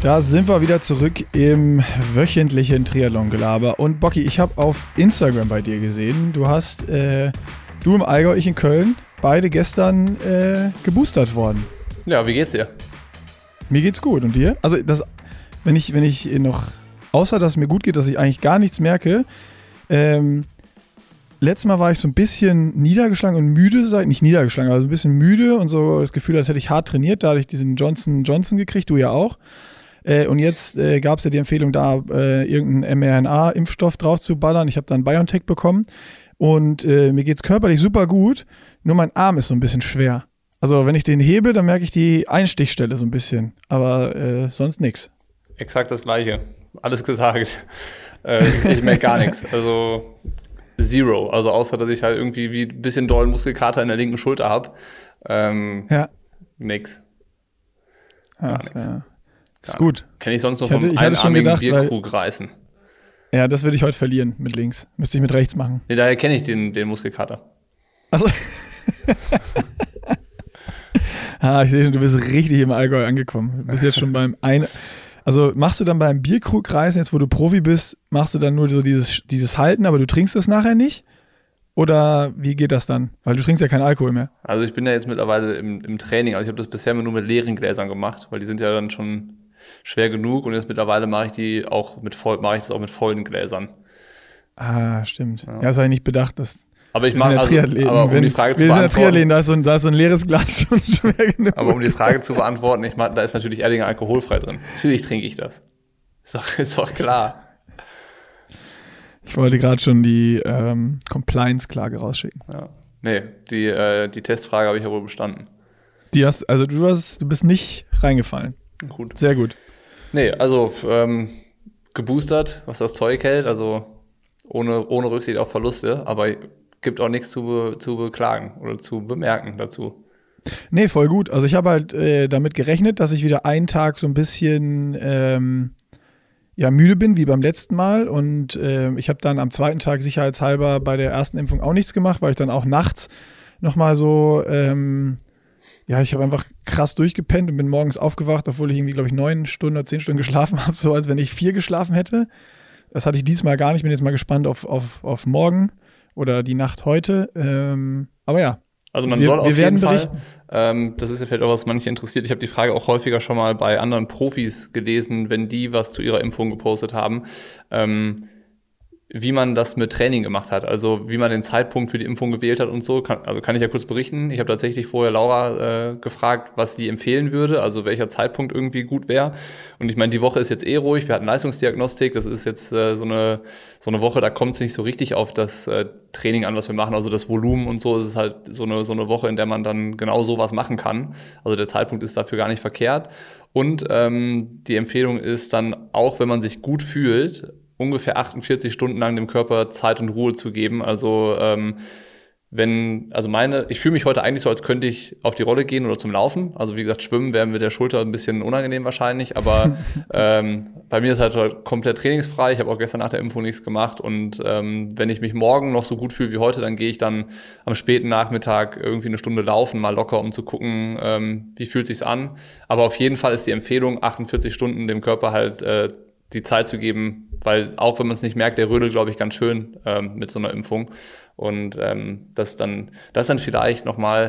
Da sind wir wieder zurück im wöchentlichen Triathlon-Gelaber. Und Bocki, ich habe auf Instagram bei dir gesehen, du im Allgäu, ich in Köln, beide gestern geboostert worden. Ja, wie geht's dir? Mir geht's gut. Und dir? Also, wenn ich noch, außer dass es mir gut geht, dass ich eigentlich gar nichts merke, letztes Mal war ich so ein bisschen niedergeschlagen und müde, nicht niedergeschlagen, aber so ein bisschen müde und so das Gefühl, als hätte ich hart trainiert. Da hatte ich diesen Johnson gekriegt, du ja auch. Und jetzt gab es ja die Empfehlung, da irgendeinen mRNA-Impfstoff drauf zu ballern. Ich habe dann BioNTech bekommen und mir geht's körperlich super gut, nur mein Arm ist so ein bisschen schwer. Also wenn ich den hebe, dann merke ich die Einstichstelle so ein bisschen, aber sonst nix. Exakt das Gleiche. Alles gesagt. Ich merke gar nichts. Also zero. Also außer, dass ich halt irgendwie wie ein bisschen dollen Muskelkater in der linken Schulter habe. Ja. Nix. Gar nichts. Ja. Ist gut. Kenne ich sonst noch vom einarmigen Bierkrug reißen. Ja, das würde ich heute verlieren mit links. Müsste ich mit rechts machen. Nee, daher kenne ich den Muskelkater. Achso. Ich sehe schon, du bist richtig im Allgäu angekommen. Du bist jetzt schon Also machst du dann beim Bierkrugreißen, jetzt wo du Profi bist, machst du dann nur so dieses Halten, aber du trinkst das nachher nicht? Oder wie geht das dann? Weil du trinkst ja keinen Alkohol mehr. Also ich bin ja jetzt mittlerweile im Training. Also ich habe das bisher nur mit leeren Gläsern gemacht, weil die sind ja dann schon schwer genug. Und jetzt mittlerweile mache ich das auch mit vollen Gläsern. Ah, stimmt. Ja, das habe ich nicht bedacht. Aber ich mache um die Frage zu beantworten. Da ist so ein leeres Glas schon schwer genug. Aber um die Frage zu beantworten, da ist natürlich Erdinger alkoholfrei drin. Natürlich trinke ich das. Ist doch klar. Ich wollte gerade schon die Compliance-Klage rausschicken. Ja. Nee, die Testfrage habe ich ja wohl bestanden. Du bist nicht reingefallen. Gut. Sehr gut. Nee, also geboostert, was das Zeug hält, also ohne Rücksicht auf Verluste, aber gibt auch nichts zu beklagen oder zu bemerken dazu. Nee, voll gut. Also ich habe halt damit gerechnet, dass ich wieder einen Tag so ein bisschen müde bin, wie beim letzten Mal. Und ich habe dann am zweiten Tag sicherheitshalber bei der ersten Impfung auch nichts gemacht, weil ich dann auch nachts nochmal so, ich habe einfach krass durchgepennt und bin morgens aufgewacht, obwohl ich irgendwie, glaube ich, 9 Stunden oder 10 Stunden geschlafen habe, so als wenn ich 4 geschlafen hätte. Das hatte ich diesmal gar nicht. Ich bin jetzt mal gespannt auf morgen oder die Nacht heute. Aber ja. Also man soll auf jeden Fall, das ist ja vielleicht auch, was manche interessiert, ich habe die Frage auch häufiger schon mal bei anderen Profis gelesen, wenn die was zu ihrer Impfung gepostet haben, wie man das mit Training gemacht hat, also wie man den Zeitpunkt für die Impfung gewählt hat und so. Kann ich ja kurz berichten. Ich habe tatsächlich vorher Laura gefragt, was sie empfehlen würde, also welcher Zeitpunkt irgendwie gut wäre. Und ich meine, die Woche ist jetzt ruhig, wir hatten Leistungsdiagnostik, das ist jetzt so eine Woche, da kommt es nicht so richtig auf das Training an, was wir machen, also das Volumen und so. Es ist halt so eine Woche, in der man dann genau sowas machen kann. Also der Zeitpunkt ist dafür gar nicht verkehrt. Und die Empfehlung ist dann, auch wenn man sich gut fühlt, ungefähr 48 Stunden lang dem Körper Zeit und Ruhe zu geben. Also ich fühle mich heute eigentlich so, als könnte ich auf die Rolle gehen oder zum Laufen. Also wie gesagt, Schwimmen wäre mit der Schulter ein bisschen unangenehm wahrscheinlich, aber bei mir ist halt komplett trainingsfrei. Ich habe auch gestern nach der Impfung nichts gemacht und wenn ich mich morgen noch so gut fühle wie heute, dann gehe ich dann am späten Nachmittag irgendwie eine Stunde laufen, mal locker, um zu gucken, wie fühlt sich's an. Aber auf jeden Fall ist die Empfehlung, 48 Stunden dem Körper halt die Zeit zu geben, weil auch wenn man es nicht merkt, der rödelt, glaube ich, ganz schön mit so einer Impfung. Und das dann vielleicht nochmal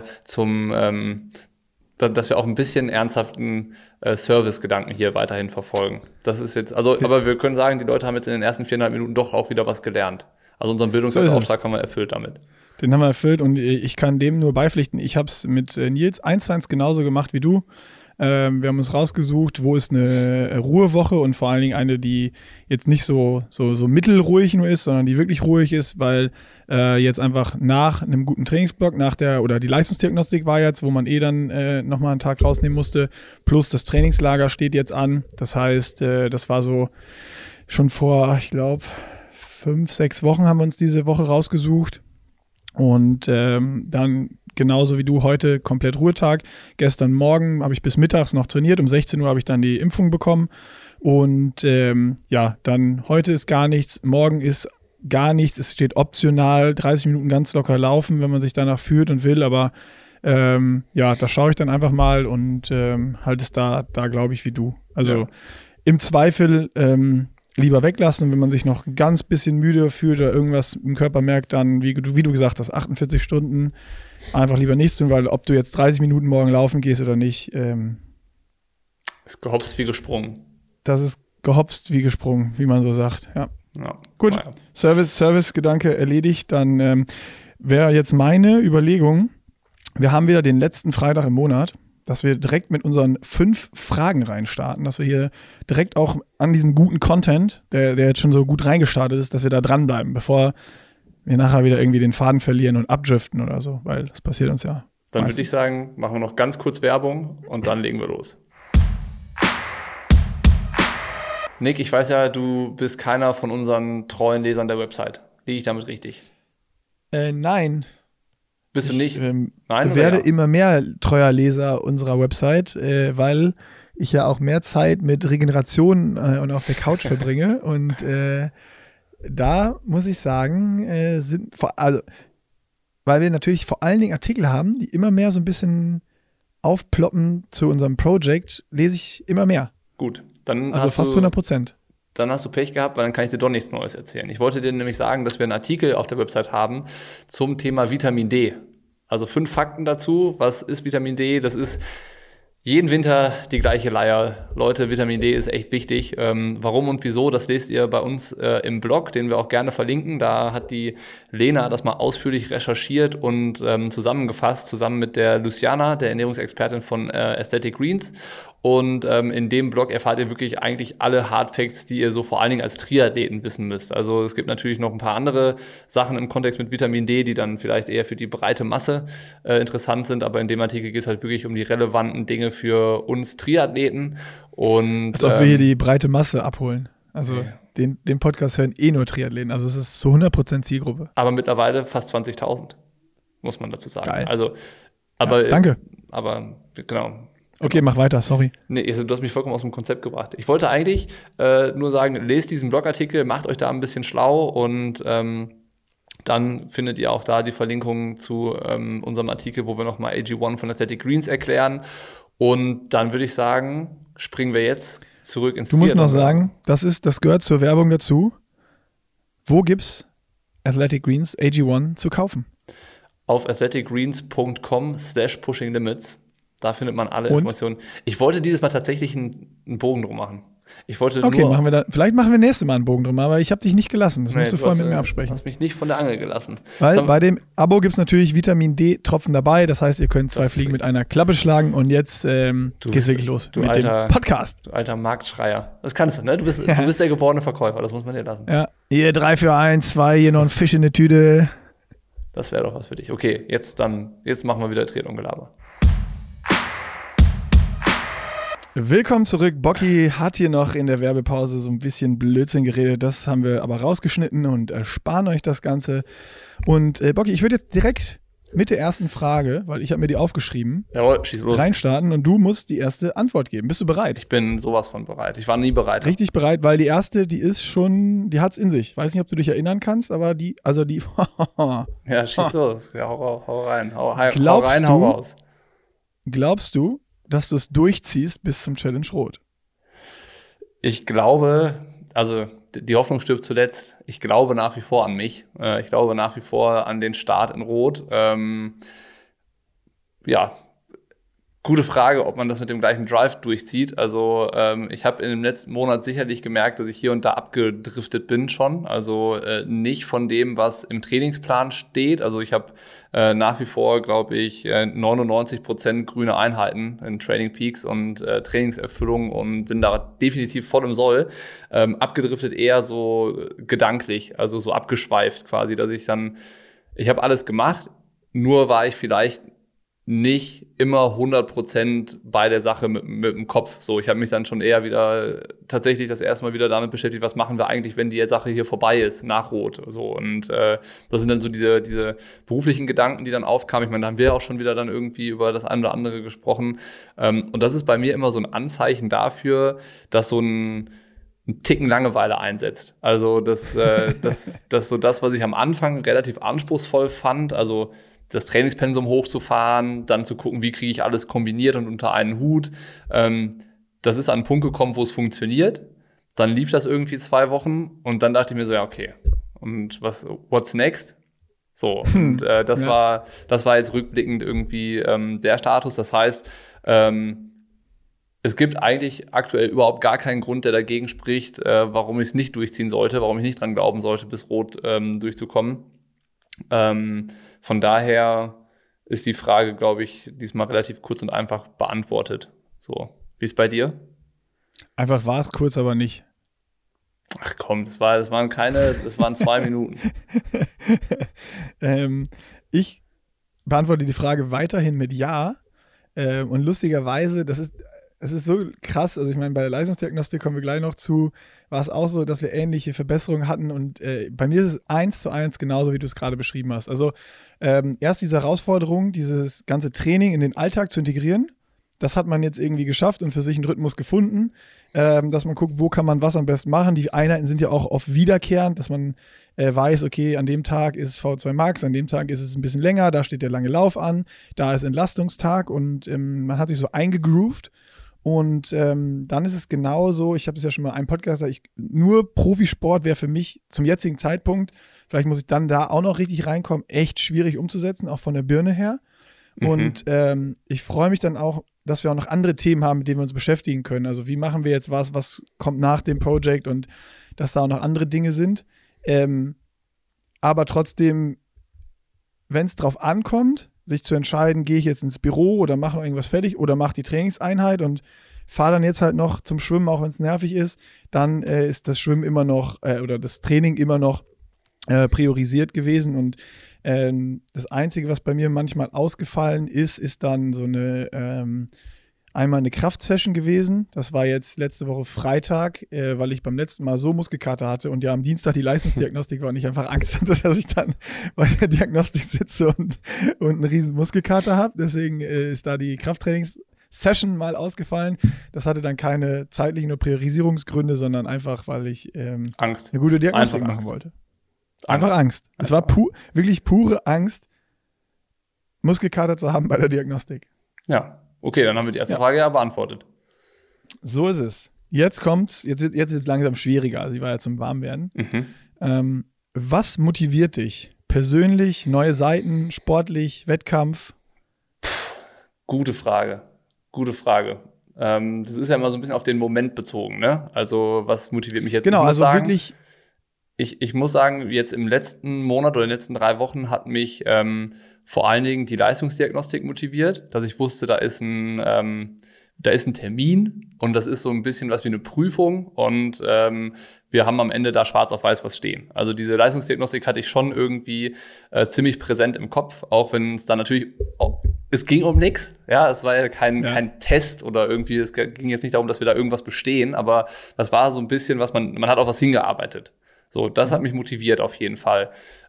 dass wir auch ein bisschen ernsthaften Service-Gedanken hier weiterhin verfolgen. Das ist jetzt, aber wir können sagen, die Leute haben jetzt in den ersten 4,5 Minuten doch auch wieder was gelernt. Also unseren Bildungsauftrag haben wir erfüllt damit. Den haben wir erfüllt und ich kann dem nur beipflichten. Ich habe es mit Nils 1:1 genauso gemacht wie du. Wir haben uns rausgesucht, wo ist eine Ruhewoche und vor allen Dingen eine, die jetzt nicht so mittelruhig nur ist, sondern die wirklich ruhig ist, weil jetzt einfach nach einem guten Trainingsblock, die Leistungsdiagnostik war jetzt, wo man dann nochmal einen Tag rausnehmen musste, plus das Trainingslager steht jetzt an. Das heißt, das war so schon vor, ich glaube, 5-6 Wochen haben wir uns diese Woche rausgesucht und dann genauso wie du heute komplett Ruhetag. Gestern Morgen habe ich bis mittags noch trainiert. Um 16 Uhr habe ich dann die Impfung bekommen. Und dann heute ist gar nichts. Morgen ist gar nichts. Es steht optional 30 Minuten ganz locker laufen, wenn man sich danach fühlt und will. Aber Da schaue ich dann einfach mal und halt es da glaube ich, wie du. Also im Zweifel lieber weglassen, und wenn man sich noch ein ganz bisschen müde fühlt oder irgendwas im Körper merkt, dann, wie du gesagt hast, 48 Stunden einfach lieber nichts tun, weil ob du jetzt 30 Minuten morgen laufen gehst oder nicht, ist gehopst wie gesprungen. Das ist gehopst wie gesprungen, wie man so sagt, ja. Gut, Service-Gedanke erledigt, dann wäre jetzt meine Überlegung, wir haben wieder den letzten Freitag im Monat, dass wir direkt mit unseren 5 Fragen reinstarten, dass wir hier direkt auch an diesem guten Content, der jetzt schon so gut reingestartet ist, dass wir da dranbleiben, bevor wir nachher wieder irgendwie den Faden verlieren und abdriften oder so, weil das passiert uns ja. Dann würde ich sagen, machen wir noch ganz kurz Werbung und dann legen wir los. Nick, ich weiß ja, du bist keiner von unseren treuen Lesern der Website. Liege ich damit richtig? Nein. Bist du nicht? Ich werde immer mehr treuer Leser unserer Website, weil ich ja auch mehr Zeit mit Regeneration und auf der Couch verbringe. Und da muss ich sagen, weil wir natürlich vor allen Dingen Artikel haben, die immer mehr so ein bisschen aufploppen zu unserem Project, lese ich immer mehr. Gut. Dann also fast 100%. Dann hast du Pech gehabt, weil dann kann ich dir doch nichts Neues erzählen. Ich wollte dir nämlich sagen, dass wir einen Artikel auf der Website haben zum Thema Vitamin D. Also 5 Fakten dazu. Was ist Vitamin D? Das ist jeden Winter die gleiche Leier. Leute, Vitamin D ist echt wichtig. Warum und wieso, das lest ihr bei uns im Blog, den wir auch gerne verlinken. Da hat die Lena das mal ausführlich recherchiert und zusammengefasst, zusammen mit der Luciana, der Ernährungsexpertin von Athletic Greens. Und in dem Blog erfahrt ihr wirklich eigentlich alle Hardfacts, die ihr so vor allen Dingen als Triathleten wissen müsst. Also es gibt natürlich noch ein paar andere Sachen im Kontext mit Vitamin D, die dann vielleicht eher für die breite Masse interessant sind. Aber in dem Artikel geht es halt wirklich um die relevanten Dinge für uns Triathleten. Und, als ob wir hier die breite Masse abholen. Also den Podcast hören nur Triathleten. Also es ist zu 100% Zielgruppe. Aber mittlerweile fast 20.000, muss man dazu sagen. Geil. Also, aber, danke. Aber genau. Okay, mach weiter, sorry. Nee, du hast mich vollkommen aus dem Konzept gebracht. Ich wollte eigentlich nur sagen, lest diesen Blogartikel, macht euch da ein bisschen schlau und dann findet ihr auch da die Verlinkung zu unserem Artikel, wo wir nochmal AG1 von Athletic Greens erklären. Und dann würde ich sagen, springen wir jetzt zurück ins Du musst noch sagen, das gehört zur Werbung dazu. Wo gibt's Athletic Greens AG1 zu kaufen? Auf athleticgreens.com/pushinglimits. Da findet man alle Informationen. Ich wollte dieses Mal tatsächlich einen Bogen drum machen. Vielleicht machen wir nächstes Mal einen Bogen drum, aber ich habe dich nicht gelassen. Das musst du vorher mit mir absprechen. Du hast mich nicht von der Angel gelassen. Weil bei dem Abo gibt es natürlich Vitamin D-Tropfen dabei. Das heißt, ihr könnt 2 Fliegen mit einer Klappe schlagen und jetzt geht's wirklich los mit dem Podcast. Du alter Marktschreier. Das kannst du, ne? Du bist der geborene Verkäufer, das muss man dir lassen. Ja. Hier 3 für 1, 2, hier noch ein Fisch in der Tüte. Das wäre doch was für dich. Okay, jetzt machen wir wieder Triathlon-Gelaber. Willkommen zurück. Bocky hat hier noch in der Werbepause so ein bisschen Blödsinn geredet. Das haben wir aber rausgeschnitten und ersparen euch das Ganze. Und Bocky, ich würde jetzt direkt mit der ersten Frage, weil ich habe mir die aufgeschrieben, schieß los, reinstarten und du musst die erste Antwort geben. Bist du bereit? Ich bin sowas von bereit. Ich war nie bereit. Richtig bereit, weil die erste, die hat's in sich. Weiß nicht, ob du dich erinnern kannst, aber die. Ja, schieß los. Ja, hau rein. Hau raus. Glaubst du, dass du es durchziehst bis zum Challenge Rot? Ich glaube, also die Hoffnung stirbt zuletzt. Ich glaube nach wie vor an mich. Ich glaube nach wie vor an den Start in Rot. Gute Frage, ob man das mit dem gleichen Drive durchzieht. Also ich habe in dem letzten Monat sicherlich gemerkt, dass ich hier und da abgedriftet bin schon. Also nicht von dem, was im Trainingsplan steht. Also ich habe nach wie vor, glaube ich, 99% grüne Einheiten in Training Peaks und Trainingserfüllung und bin da definitiv voll im Soll. Abgedriftet eher so gedanklich, also so abgeschweift quasi, dass ich habe alles gemacht, nur war ich vielleicht nicht immer 100% bei der Sache mit dem Kopf. So, ich habe mich dann schon eher wieder tatsächlich das erste Mal wieder damit beschäftigt, was machen wir eigentlich, wenn die Sache hier vorbei ist, nach Rot. So, und das sind dann so diese beruflichen Gedanken, die dann aufkamen. Ich meine, da haben wir auch schon wieder dann irgendwie über das eine oder andere gesprochen. Und das ist bei mir immer so ein Anzeichen dafür, dass so ein Ticken Langeweile einsetzt. Also das so das, was ich am Anfang relativ anspruchsvoll fand, also das Trainingspensum hochzufahren, dann zu gucken, wie kriege ich alles kombiniert und unter einen Hut. Das ist an einen Punkt gekommen, wo es funktioniert. Dann lief das irgendwie 2 Wochen und dann dachte ich mir so, ja, okay. Und what's next? So, und das war jetzt rückblickend irgendwie der Status. Das heißt, es gibt eigentlich aktuell überhaupt gar keinen Grund, der dagegen spricht, warum ich es nicht durchziehen sollte, warum ich nicht dran glauben sollte, bis rot durchzukommen. Von daher ist die Frage, glaube ich, diesmal relativ kurz und einfach beantwortet. So, wie ist bei dir? Einfach war es kurz, aber nicht. Ach komm, das waren 2 Minuten. Ich beantworte die Frage weiterhin mit Ja. Und lustigerweise, es ist so krass, also ich meine, bei der Leistungsdiagnostik kommen wir gleich noch zu, war es auch so, dass wir ähnliche Verbesserungen hatten und bei mir ist es 1:1 genauso, wie du es gerade beschrieben hast. Also erst diese Herausforderung, dieses ganze Training in den Alltag zu integrieren, das hat man jetzt irgendwie geschafft und für sich einen Rhythmus gefunden, dass man guckt, wo kann man was am besten machen. Die Einheiten sind ja auch oft wiederkehrend, dass man weiß, okay, an dem Tag ist es V2 Max, an dem Tag ist es ein bisschen länger, da steht der lange Lauf an, da ist Entlastungstag und man hat sich so eingegroovt. Und dann ist es genauso, ich habe es ja schon mal in einem Podcast gesagt, nur Profisport wäre für mich zum jetzigen Zeitpunkt, vielleicht muss ich dann da auch noch richtig reinkommen, echt schwierig umzusetzen, auch von der Birne her. Und ich freue mich dann auch, dass wir auch noch andere Themen haben, mit denen wir uns beschäftigen können. Also wie machen wir jetzt was kommt nach dem Projekt und dass da auch noch andere Dinge sind. Aber trotzdem, wenn es drauf ankommt, sich zu entscheiden, gehe ich jetzt ins Büro oder mache noch irgendwas fertig oder mache die Trainingseinheit und fahre dann jetzt halt noch zum Schwimmen, auch wenn es nervig ist, dann ist das Schwimmen immer noch oder das Training immer noch priorisiert gewesen und das Einzige, was bei mir manchmal ausgefallen ist dann so einmal eine Kraftsession gewesen. Das war jetzt letzte Woche Freitag, weil ich beim letzten Mal so Muskelkater hatte und ja am Dienstag die Leistungsdiagnostik war und ich einfach Angst hatte, dass ich dann bei der Diagnostik sitze und einen riesen Muskelkater habe. Deswegen ist da die Krafttrainings-Session mal ausgefallen. Das hatte dann keine zeitlichen oder Priorisierungsgründe, sondern einfach, weil ich Angst. Eine gute Diagnostik Einfach machen Angst. wollte. Einfach Angst. Es war wirklich pure Angst, Muskelkater zu haben bei der Diagnostik. Ja, okay, dann haben wir die erste Frage ja beantwortet. So ist es. Jetzt kommt's, jetzt wird es langsam schwieriger. Sie war ja zum Warmwerden. Was motiviert dich? Persönlich, neue Seiten, sportlich, Wettkampf? Gute Frage. Das ist ja immer so ein bisschen auf den Moment bezogen, ne? Also, was motiviert mich jetzt? Genau, also sagen, wirklich. Ich muss sagen, jetzt im letzten Monat oder in den letzten 3 Wochen hat mich vor allen Dingen die Leistungsdiagnostik motiviert, dass ich wusste, da ist ein Termin und das ist so ein bisschen was wie eine Prüfung und wir haben am Ende da schwarz auf weiß was stehen. Also diese Leistungsdiagnostik hatte ich schon irgendwie ziemlich präsent im Kopf, auch wenn es da natürlich es ging um nichts, ja, es war ja kein Test oder irgendwie, es ging jetzt nicht darum, dass wir da irgendwas bestehen, aber das war so ein bisschen, was man hat auf was hingearbeitet. So, das hat mich motiviert auf jeden Fall.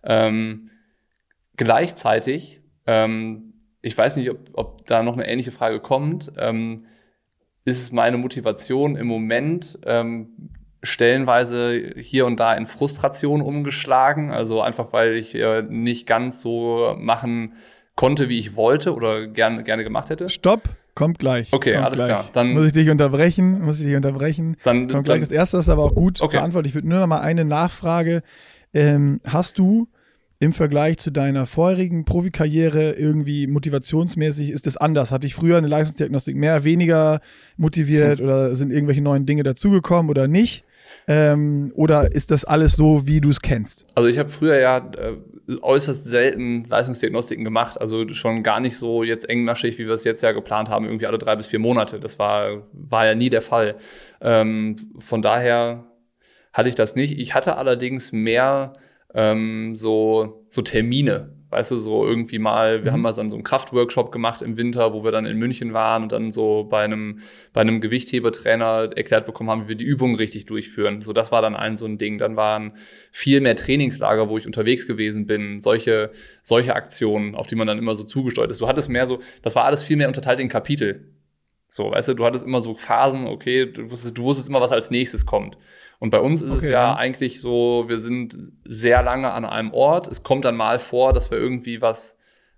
Gleichzeitig, ich weiß nicht, ob da noch eine ähnliche Frage kommt, ist es meine Motivation im Moment stellenweise hier und da in Frustration umgeschlagen. Also einfach, weil ich nicht ganz so machen konnte, wie ich wollte oder gerne gemacht hätte. Stopp, kommt gleich. Okay, kommt alles gleich. Klar. Dann muss ich dich unterbrechen. Dann kommt gleich das erste, das ist aber auch gut beantwortet. Ich würde nur noch mal eine Nachfrage. Hast du im Vergleich zu deiner vorherigen Profikarriere irgendwie motivationsmäßig, ist das anders? Hat dich früher eine Leistungsdiagnostik mehr, weniger motiviert oder sind irgendwelche neuen Dinge dazugekommen oder nicht? Oder ist das alles so, wie du es kennst? Also ich habe früher ja äußerst selten Leistungsdiagnostiken gemacht, also schon gar nicht so jetzt engmaschig, wie wir es jetzt ja geplant haben, irgendwie alle 3 bis 4 Monate. Das war ja nie der Fall. Von daher hatte ich das nicht. Ich hatte allerdings mehr so Termine, weißt du, so irgendwie mal, wir haben mal so einen Kraftworkshop gemacht im Winter, wo wir dann in München waren und dann so bei einem Gewichthebertrainer erklärt bekommen haben, wie wir die Übungen richtig durchführen. So, das war dann so ein Ding. Dann waren viel mehr Trainingslager, wo ich unterwegs gewesen bin, solche Aktionen, auf die man dann immer so zugesteuert ist. Du hattest mehr so, das war alles viel mehr unterteilt in Kapitel. So, weißt du, du hattest immer so Phasen, okay, du wusstest immer, was als nächstes kommt. Und bei uns ist es ja eigentlich so, wir sind sehr lange an einem Ort. Es kommt dann mal vor, dass wir irgendwie was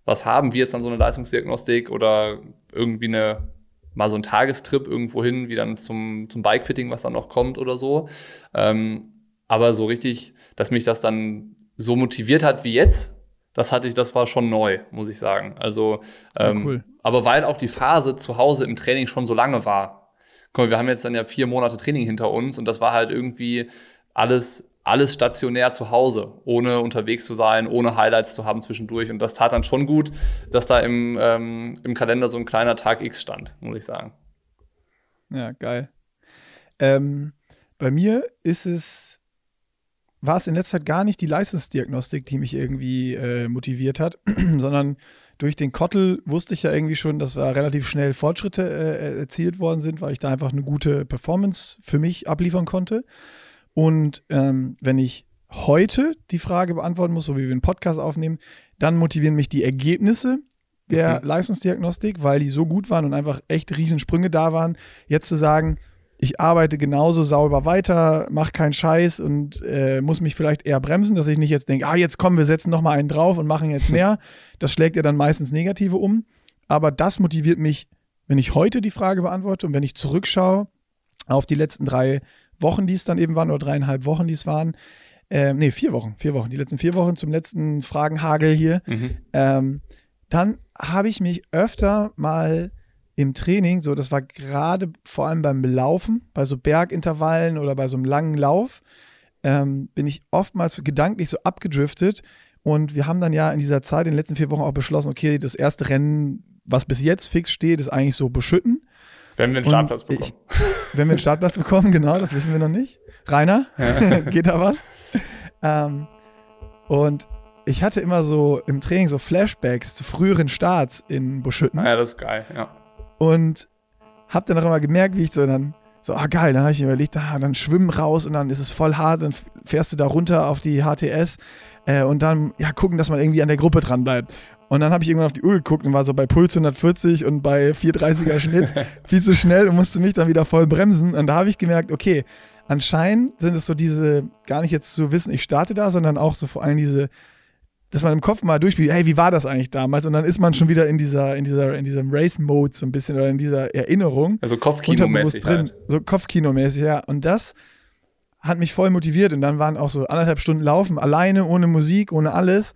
was haben, wie jetzt dann so eine Leistungsdiagnostik oder irgendwie mal so ein Tagestrip irgendwo hin, wie dann zum Bikefitting, was dann noch kommt oder so. Aber so richtig, dass mich das dann so motiviert hat wie jetzt, das war schon neu, muss ich sagen. Also, cool. Aber weil auch die Phase zu Hause im Training schon so lange war. Guck mal, wir haben jetzt dann ja 4 Monate Training hinter uns und das war halt irgendwie alles stationär zu Hause, ohne unterwegs zu sein, ohne Highlights zu haben zwischendurch. Und das tat dann schon gut, dass da im Kalender so ein kleiner Tag X stand, muss ich sagen. Ja, geil. Bei mir war es in letzter Zeit gar nicht die Leistungsdiagnostik, die mich irgendwie motiviert hat, sondern durch den Kottel wusste ich ja irgendwie schon, dass da relativ schnell Fortschritte erzielt worden sind, weil ich da einfach eine gute Performance für mich abliefern konnte. Und wenn ich heute die Frage beantworten muss, so wie wir einen Podcast aufnehmen, dann motivieren mich die Ergebnisse der Leistungsdiagnostik, weil die so gut waren und einfach echt Riesensprünge da waren. Jetzt zu sagen, ich arbeite genauso sauber weiter, mache keinen Scheiß und muss mich vielleicht eher bremsen, dass ich nicht jetzt denke, jetzt kommen wir setzen noch mal einen drauf und machen jetzt mehr. Das schlägt ja dann meistens Negative um. Aber das motiviert mich, wenn ich heute die Frage beantworte und wenn ich zurückschaue auf die letzten 3 Wochen, die es dann eben waren, oder 3,5 Wochen, die es waren. 4 Wochen. Die letzten 4 Wochen zum letzten Fragenhagel hier. Dann habe ich mich öfter mal im Training, so das war gerade vor allem beim Laufen, bei so Bergintervallen oder bei so einem langen Lauf, bin ich oftmals gedanklich so abgedriftet. Und wir haben dann ja in dieser Zeit, in den letzten 4 Wochen auch beschlossen, okay, das erste Rennen, was bis jetzt fix steht, ist eigentlich so Beschütten. Wenn wir einen Startplatz bekommen. Wenn wir einen Startplatz bekommen, genau, das wissen wir noch nicht. Rainer, geht da was? Und ich hatte immer so im Training so Flashbacks zu früheren Starts in Beschütten. Ja, das ist geil, ja. Und hab dann auch immer gemerkt, wie ich so dann geil, dann habe ich mir überlegt, dann schwimmen raus und dann ist es voll hart, dann fährst du da runter auf die HTS und dann gucken, dass man irgendwie an der Gruppe dran bleibt. Und dann habe ich irgendwann auf die Uhr geguckt und war so bei Puls 140 und bei 4,30er Schnitt viel zu schnell und musste mich dann wieder voll bremsen. Und da habe ich gemerkt, okay, anscheinend sind es so diese, gar nicht jetzt zu wissen, ich starte da, sondern auch so vor allem diese, dass man im Kopf mal durchspielt, hey, wie war das eigentlich damals? Und dann ist man schon wieder in diesem Race-Mode so ein bisschen oder in dieser Erinnerung. Also Kopfkino-mäßig halt. So Kopfkino-mäßig, ja. Und das hat mich voll motiviert. Und dann waren auch so 1,5 Stunden Laufen, alleine, ohne Musik, ohne alles.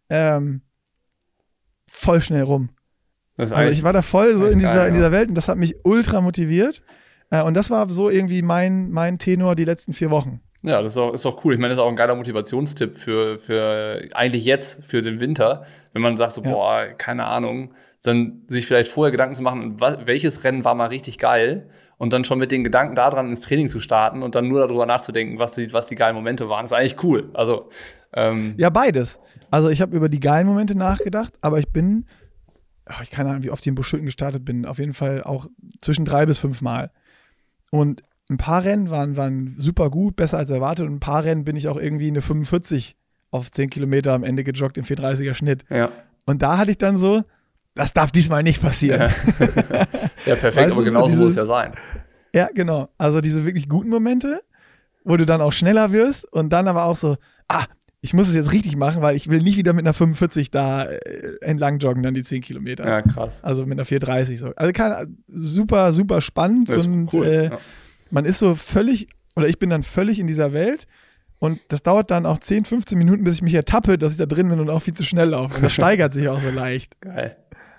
Voll schnell rum. Also ich war da voll so in dieser Welt und das hat mich ultra motiviert. Und das war so irgendwie mein Tenor die letzten 4 Wochen. Ja, das ist auch cool. Ich meine, das ist auch ein geiler Motivationstipp für eigentlich jetzt, für den Winter. Wenn man sagt so, keine Ahnung, dann sich vielleicht vorher Gedanken zu machen, welches Rennen war mal richtig geil und dann schon mit den Gedanken daran ins Training zu starten und dann nur darüber nachzudenken, was die geilen Momente waren. Das ist eigentlich cool. Also ja, beides. Also ich habe über die geilen Momente nachgedacht, aber ich bin, ich keine Ahnung, wie oft ich in Beschütten gestartet bin, auf jeden Fall auch zwischen 3 bis 5 Mal. Und ein paar Rennen waren super gut, besser als erwartet und ein paar Rennen bin ich auch irgendwie eine 45 auf 10 Kilometer am Ende gejoggt im 4,30er Schnitt. Ja. Und da hatte ich dann so, das darf diesmal nicht passieren. Ja, perfekt, aber genauso muss es ja sein. Ja, genau. Also diese wirklich guten Momente, wo du dann auch schneller wirst und dann aber auch so, ich muss es jetzt richtig machen, weil ich will nicht wieder mit einer 45 da entlang joggen, dann die 10 Kilometer. Ja, krass. Also mit einer 4,30 so. Also super, super spannend und cool. Man ist so völlig, oder ich bin dann völlig in dieser Welt und das dauert dann auch 10, 15 Minuten, bis ich mich ertappe, dass ich da drin bin und auch viel zu schnell laufe. Und das steigert sich auch so leicht. Geil.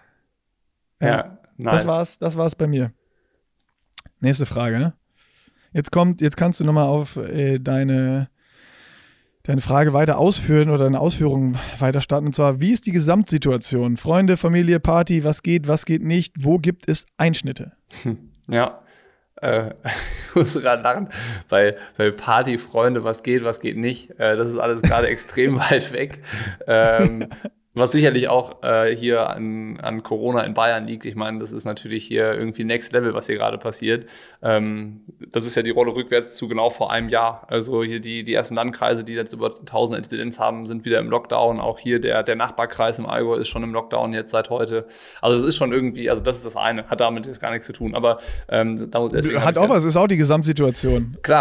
Ja, nice. Das war's bei mir. Nächste Frage. Jetzt kannst du nochmal auf deine Frage weiter ausführen oder deine Ausführungen weiter starten. Und zwar, wie ist die Gesamtsituation? Freunde, Familie, Party, was geht nicht? Wo gibt es Einschnitte? Ja. Ich muss gerade lachen, bei Party, Freunde, was geht nicht. Das ist alles gerade extrem weit weg. Was sicherlich auch hier an Corona in Bayern liegt. Ich meine, das ist natürlich hier irgendwie Next Level, was hier gerade passiert. Das ist ja die Rolle rückwärts zu genau vor einem Jahr. Also hier die ersten Landkreise, die jetzt über 1000 Inzidenz haben, sind wieder im Lockdown. Auch hier der Nachbarkreis im Allgäu ist schon im Lockdown jetzt seit heute. Also es ist schon irgendwie, also das ist das eine, hat damit jetzt gar nichts zu tun. Aber hat auch was, ist auch die Gesamtsituation. Klar,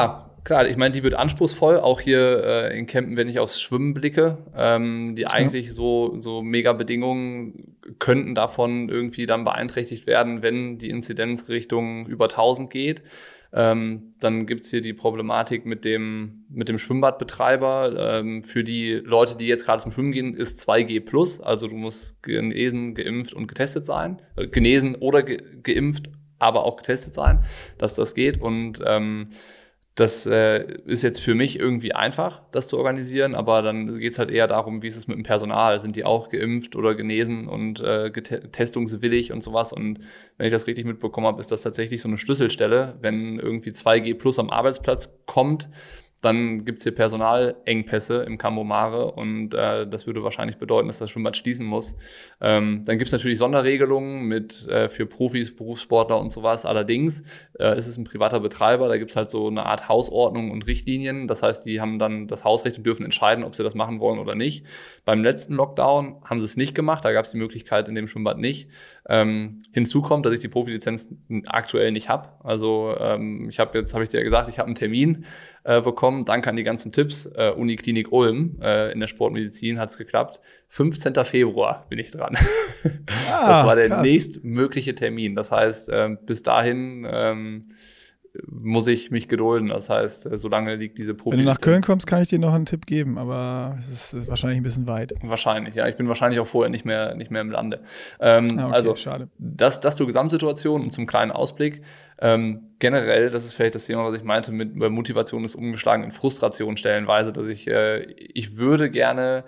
Klar, ich meine, die wird anspruchsvoll, auch hier in Kempen, wenn ich aufs Schwimmen blicke. Die eigentlich so mega Bedingungen könnten davon irgendwie dann beeinträchtigt werden, wenn die Inzidenz Richtung über 1000 geht. Dann gibt's hier die Problematik mit dem Schwimmbadbetreiber. Für die Leute, die jetzt gerade zum Schwimmen gehen, ist 2G+. Also du musst genesen, geimpft und getestet sein. Genesen oder geimpft, aber auch getestet sein, dass das geht. Und das ist jetzt für mich irgendwie einfach, das zu organisieren, aber dann geht es halt eher darum, wie ist es mit dem Personal? Sind die auch geimpft oder genesen und testungswillig und sowas? Und wenn ich das richtig mitbekommen habe, ist das tatsächlich so eine Schlüsselstelle. Wenn irgendwie 2G+ am Arbeitsplatz kommt, dann gibt's hier Personalengpässe im Campo Mare und das würde wahrscheinlich bedeuten, dass das Schwimmbad schließen muss. Dann gibt's natürlich Sonderregelungen mit für Profis, Berufssportler und sowas. Allerdings ist es ein privater Betreiber, da gibt's halt so eine Art Hausordnung und Richtlinien. Das heißt, die haben dann das Hausrecht und dürfen entscheiden, ob sie das machen wollen oder nicht. Beim letzten Lockdown haben sie es nicht gemacht, da gab's die Möglichkeit in dem Schwimmbad nicht. Hinzu kommt, dass ich die Profilizenz aktuell nicht habe. Also habe ich dir ja gesagt, ich habe einen Termin bekommen. Danke an die ganzen Tipps. Uniklinik Ulm in der Sportmedizin hat es geklappt. 15. Februar bin ich dran. Das war der nächstmögliche Termin. Das heißt, bis dahin muss ich mich gedulden. Das heißt, solange liegt diese Profi. Wenn du nach Köln kommst, kann ich dir noch einen Tipp geben, aber es ist wahrscheinlich ein bisschen weit. Wahrscheinlich, ja. Ich bin wahrscheinlich auch vorher nicht mehr im Lande. Okay, also, schade. Das zur Gesamtsituation und zum kleinen Ausblick. Generell, das ist vielleicht das Thema, was ich meinte, mit Motivation ist umgeschlagen in Frustration stellenweise, dass ich würde gerne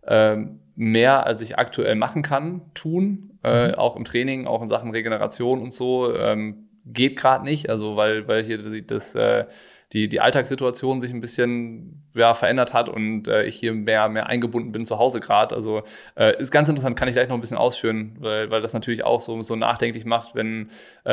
mehr, als ich aktuell machen kann, tun, auch im Training, auch in Sachen Regeneration und so. Geht gerade nicht, also weil hier die Alltagssituation sich ein bisschen verändert hat und ich hier mehr eingebunden bin zu Hause gerade. Also ist ganz interessant, kann ich gleich noch ein bisschen ausführen, weil das natürlich auch so nachdenklich macht, wenn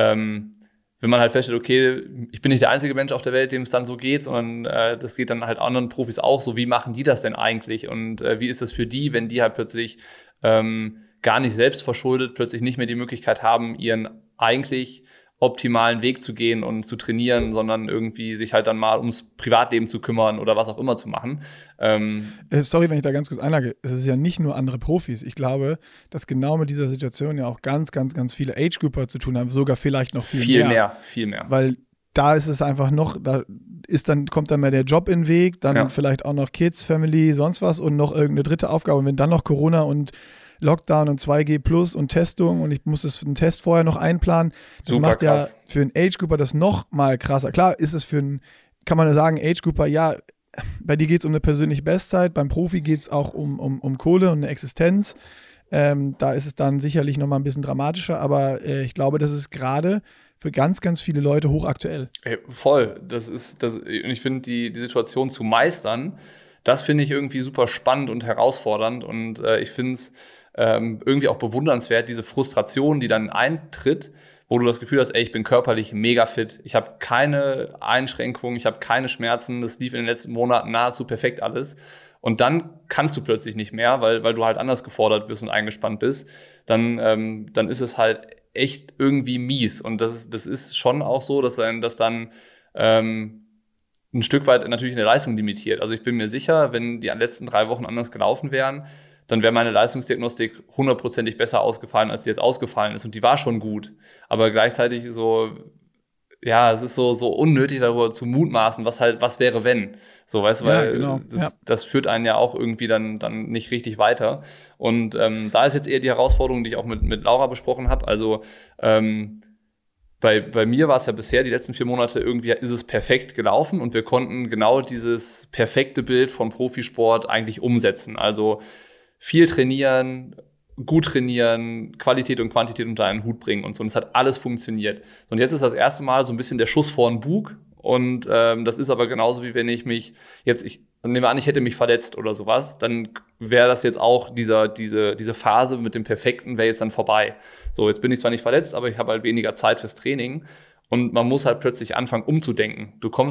man halt feststellt, okay, ich bin nicht der einzige Mensch auf der Welt, dem es dann so geht, sondern das geht dann halt anderen Profis auch so. Wie machen die das denn eigentlich? Und wie ist es für die, wenn die halt plötzlich gar nicht selbst verschuldet, plötzlich nicht mehr die Möglichkeit haben, ihren eigentlich optimalen Weg zu gehen und zu trainieren, sondern irgendwie sich halt dann mal ums Privatleben zu kümmern oder was auch immer zu machen. Sorry, wenn ich da ganz kurz einlage. Es ist ja nicht nur andere Profis. Ich glaube, dass genau mit dieser Situation ja auch ganz, ganz, ganz viele Age-Grouper zu tun haben, sogar vielleicht noch viel mehr. Viel mehr. Weil da ist es einfach noch, kommt dann mehr der Job in den Weg, dann vielleicht auch noch Kids, Family, sonst was und noch irgendeine dritte Aufgabe. Und wenn dann noch Corona und Lockdown und 2G+ und Testung und ich muss einen Test vorher noch einplanen. Das super macht krass. Ja für einen Age-Grouper das noch mal krasser. Klar ist es kann man ja sagen, Age-Grouper, ja, bei dir geht es um eine persönliche Bestzeit, beim Profi geht es auch um Kohle und eine Existenz. Da ist es dann sicherlich noch mal ein bisschen dramatischer, aber ich glaube, das ist gerade für ganz, ganz viele Leute hochaktuell. Voll. Und ich finde, die Situation zu meistern, das finde ich irgendwie super spannend und herausfordernd und ich finde es irgendwie auch bewundernswert, diese Frustration, die dann eintritt, wo du das Gefühl hast, ich bin körperlich mega fit, ich habe keine Einschränkungen, ich habe keine Schmerzen, das lief in den letzten Monaten nahezu perfekt alles. Und dann kannst du plötzlich nicht mehr, weil du halt anders gefordert wirst und eingespannt bist. Dann ist es halt echt irgendwie mies. Und das ist schon auch so, dass dann ein Stück weit natürlich eine Leistung limitiert. Also ich bin mir sicher, wenn die letzten 3 Wochen anders gelaufen wären, dann wäre meine Leistungsdiagnostik 100%ig besser ausgefallen, als sie jetzt ausgefallen ist. Und die war schon gut. Aber gleichzeitig es ist so unnötig, darüber zu mutmaßen, was wäre, wenn. So, weißt du, weil genau. Das führt einen ja auch irgendwie dann nicht richtig weiter. Und da ist jetzt eher die Herausforderung, die ich auch mit Laura besprochen habe. Also bei mir war es ja bisher, die letzten 4 Monate irgendwie ist es perfekt gelaufen und wir konnten genau dieses perfekte Bild vom Profisport eigentlich umsetzen. Also viel trainieren, gut trainieren, Qualität und Quantität unter einen Hut bringen und so. Und es hat alles funktioniert. Und jetzt ist das erste Mal so ein bisschen der Schuss vor den Bug. Und das ist aber genauso, wie wenn ich mich ich nehme an, ich hätte mich verletzt oder sowas, dann wäre das jetzt auch diese Phase mit dem Perfekten wäre jetzt dann vorbei. So, jetzt bin ich zwar nicht verletzt, aber ich habe halt weniger Zeit fürs Training. Und man muss halt plötzlich anfangen, umzudenken.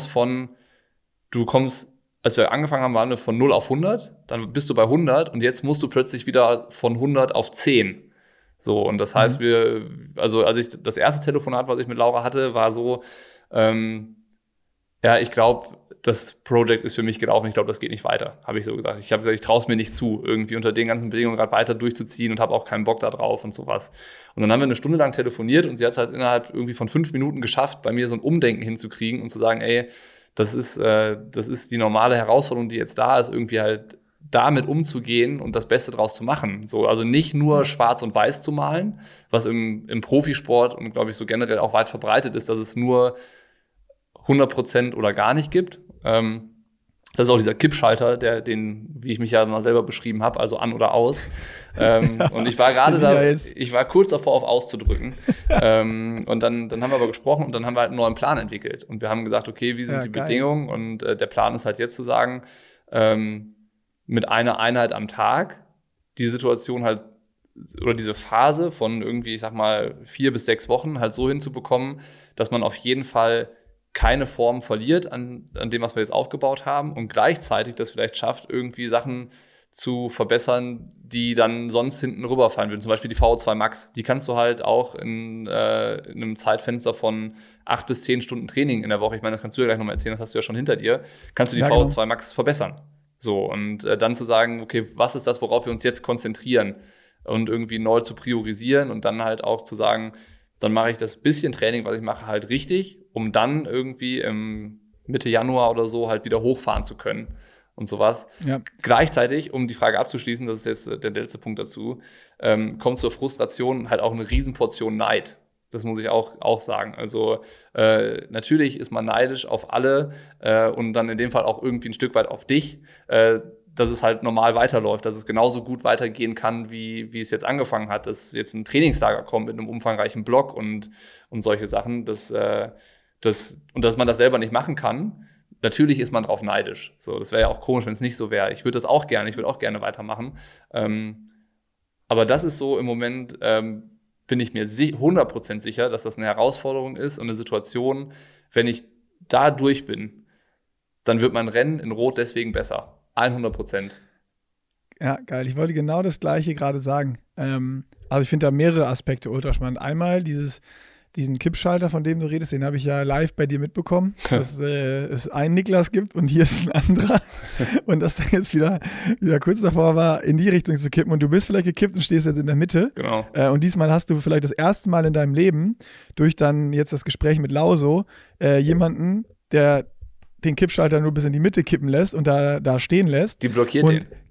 Als wir angefangen haben, waren wir von 0 auf 100, dann bist du bei 100 und jetzt musst du plötzlich wieder von 100 auf 10. So, und das heißt, als ich das erste Telefonat, was ich mit Laura hatte, war so, Ja, ich glaube, das Projekt ist für mich gelaufen. Ich glaube, das geht nicht weiter, habe ich so gesagt. Ich habe gesagt, ich traue es mir nicht zu, irgendwie unter den ganzen Bedingungen gerade weiter durchzuziehen und habe auch keinen Bock da drauf und sowas. Und dann haben wir eine Stunde lang telefoniert und sie hat es halt innerhalb irgendwie von 5 Minuten geschafft, bei mir so ein Umdenken hinzukriegen und zu sagen, ey, das ist die normale Herausforderung, die jetzt da ist, irgendwie halt damit umzugehen und das Beste draus zu machen. So, also nicht nur schwarz und weiß zu malen, was im Profisport und glaube ich so generell auch weit verbreitet ist, dass es nur 100% oder gar nicht gibt. Das ist auch dieser Kippschalter, wie ich mich ja mal selber beschrieben habe, also an oder aus. Und ich war gerade ich war kurz davor, auf auszudrücken. Und dann haben wir aber gesprochen und dann haben wir halt einen neuen Plan entwickelt. Und wir haben gesagt, okay, wie sind die Bedingungen? Und der Plan ist halt jetzt zu sagen, mit einer Einheit am Tag die Situation halt oder diese Phase von irgendwie, ich sag mal, 4 bis 6 Wochen halt so hinzubekommen, dass man auf jeden Fall keine Form verliert an dem, was wir jetzt aufgebaut haben und gleichzeitig das vielleicht schafft, irgendwie Sachen zu verbessern, die dann sonst hinten rüberfallen würden. Zum Beispiel die VO2 Max. Die kannst du halt auch in einem Zeitfenster von 8 bis 10 Stunden Training in der Woche, ich meine, das kannst du ja gleich nochmal erzählen, das hast du ja schon hinter dir, kannst du die VO2 Max verbessern. So, und dann zu sagen, okay, was ist das, worauf wir uns jetzt konzentrieren und irgendwie neu zu priorisieren und dann halt auch zu sagen, dann mache ich das bisschen Training, was ich mache, halt richtig, um dann irgendwie im Mitte Januar oder so halt wieder hochfahren zu können und sowas. Ja. Gleichzeitig, um die Frage abzuschließen, das ist jetzt der letzte Punkt dazu, kommt zur Frustration halt auch eine Riesenportion Neid. Das muss ich auch sagen. Also natürlich ist man neidisch auf alle und dann in dem Fall auch irgendwie ein Stück weit auf dich, dass es halt normal weiterläuft, dass es genauso gut weitergehen kann, wie es jetzt angefangen hat, dass jetzt ein Trainingslager kommt mit einem umfangreichen Block und solche Sachen, dass man das selber nicht machen kann. Natürlich ist man drauf neidisch. So, das wäre ja auch komisch, wenn es nicht so wäre. Ich würde auch gerne weitermachen. Aber das ist so im Moment, bin ich mir 100% sicher, dass das eine Herausforderung ist und eine Situation, wenn ich da durch bin, dann wird mein Rennen in Rot deswegen besser. 100%. Ja, geil. Ich wollte genau das Gleiche gerade sagen. Also ich finde da mehrere Aspekte ultra spannend. Einmal diesen Kippschalter, von dem du redest, den habe ich ja live bei dir mitbekommen, dass es einen Niklas gibt und hier ist ein anderer und dass der jetzt wieder kurz davor war, in die Richtung zu kippen und du bist vielleicht gekippt und stehst jetzt in der Mitte. Genau. Und diesmal hast du vielleicht das erste Mal in deinem Leben durch dann jetzt das Gespräch mit Lauso jemanden, der den Kippschalter nur bis in die Mitte kippen lässt und da stehen lässt. Die blockiert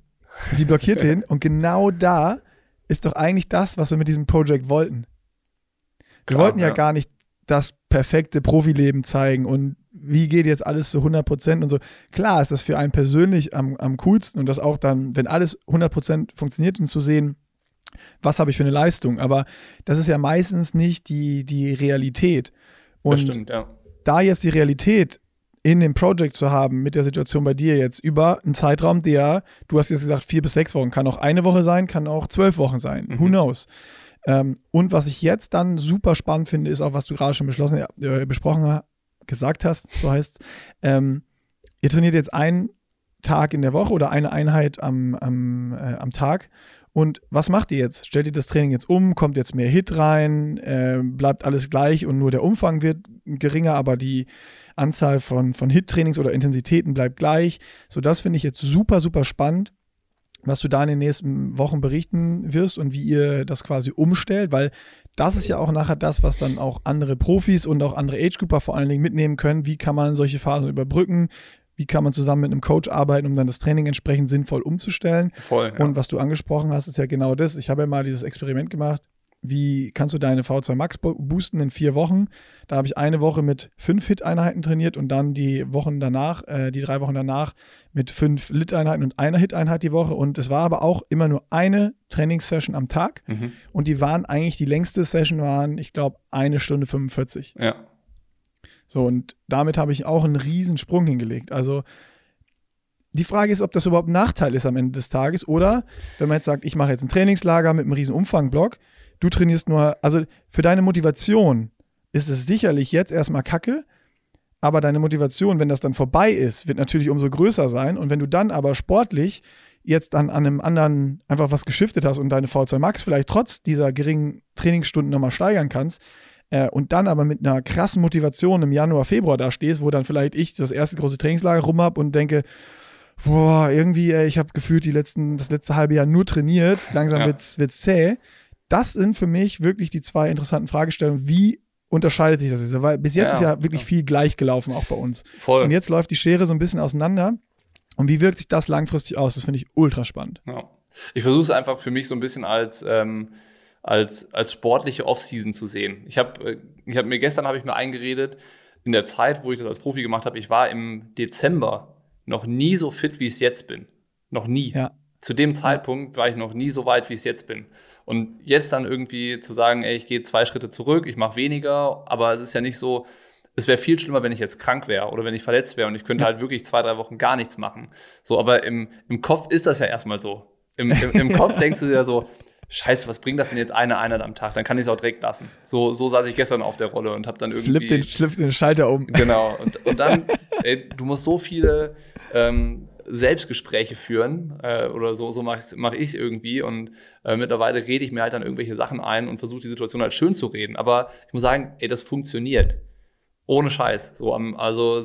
den. Und genau da ist doch eigentlich das, was wir mit diesem Projekt wollten. Wir wollten ja gar nicht das perfekte Profileben zeigen und wie geht jetzt alles zu 100% und so. Klar ist das für einen persönlich am coolsten und das auch dann, wenn alles 100% funktioniert und zu sehen, was habe ich für eine Leistung. Aber das ist ja meistens nicht die Realität. Und das stimmt, ja. Da jetzt die Realität in dem Projekt zu haben, mit der Situation bei dir jetzt über einen Zeitraum, du hast jetzt gesagt 4 bis 6 Wochen, kann auch eine Woche sein, kann auch 12 Wochen sein, who knows. Und was ich jetzt dann super spannend finde, ist auch, was du gerade schon gesagt hast, so heißt ihr trainiert jetzt einen Tag in der Woche oder eine Einheit am Tag. Und was macht ihr jetzt? Stellt ihr das Training jetzt um? Kommt jetzt mehr HIIT rein? Bleibt alles gleich und nur der Umfang wird geringer, aber die Anzahl von HIIT-Trainings oder Intensitäten bleibt gleich? So, das finde ich jetzt super, super spannend, was du da in den nächsten Wochen berichten wirst und wie ihr das quasi umstellt, weil das ist ja auch nachher das, was dann auch andere Profis und auch andere Age-Grouper vor allen Dingen mitnehmen können. Wie kann man solche Phasen überbrücken? Wie kann man zusammen mit einem Coach arbeiten, um dann das Training entsprechend sinnvoll umzustellen? Voll, ja. Und was du angesprochen hast, ist ja genau das. Ich habe ja mal dieses Experiment gemacht. Wie kannst du deine VO2 Max boosten in 4 Wochen? Da habe ich eine Woche mit 5 HIIT-Einheiten trainiert und dann die 3 Wochen danach mit 5 LIT-Einheiten und einer HIIT-Einheit die Woche. Und es war aber auch immer nur eine Trainingssession am Tag. Und die längste Session waren, ich glaube, 1 Stunde 45. Ja. So, und damit habe ich auch einen riesen Sprung hingelegt. Also die Frage ist, ob das überhaupt ein Nachteil ist am Ende des Tages oder wenn man jetzt sagt, ich mache jetzt ein Trainingslager mit einem riesen Umfangblock, du trainierst nur, also für deine Motivation ist es sicherlich jetzt erstmal Kacke, aber deine Motivation, wenn das dann vorbei ist, wird natürlich umso größer sein und wenn du dann aber sportlich jetzt dann an einem anderen einfach was geschiftet hast und deine VO2 Max vielleicht trotz dieser geringen Trainingsstunden nochmal steigern kannst, und dann aber mit einer krassen Motivation im Januar, Februar da stehst, wo dann vielleicht ich das erste große Trainingslager rum habe und denke, boah, irgendwie, ich habe gefühlt das letzte halbe Jahr nur trainiert, langsam wird's zäh. Das sind für mich wirklich die zwei interessanten Fragestellungen. Wie unterscheidet sich das jetzt? Weil bis jetzt ist ja wirklich viel gleich gelaufen, auch bei uns. Voll. Und jetzt läuft die Schere so ein bisschen auseinander. Und wie wirkt sich das langfristig aus? Das finde ich ultra spannend. Ja. Ich versuche es einfach für mich so ein bisschen als sportliche Offseason zu sehen. Gestern habe ich mir eingeredet, in der Zeit, wo ich das als Profi gemacht habe, ich war im Dezember noch nie so fit, wie ich es jetzt bin. Noch nie. Ja. Zu dem Zeitpunkt war ich noch nie so weit, wie ich es jetzt bin. Und jetzt dann irgendwie zu sagen, ey, ich gehe 2 Schritte zurück, ich mache weniger, aber es ist ja nicht so, es wäre viel schlimmer, wenn ich jetzt krank wäre oder wenn ich verletzt wäre und ich könnte halt wirklich 2-3 Wochen gar nichts machen. So, aber im Kopf ist das ja erstmal so. Im Kopf denkst du dir so, Scheiße, was bringt das denn jetzt eine Einheit am Tag? Dann kann ich es auch direkt lassen. So saß ich gestern auf der Rolle und habe dann irgendwie... Flipp den Schalter um. Genau. Und dann, du musst so viele Selbstgespräche führen oder so mach ich irgendwie und mittlerweile rede ich mir halt dann irgendwelche Sachen ein und versuche die Situation halt schön zu reden. Aber ich muss sagen, das funktioniert. Ohne Scheiß. Wenn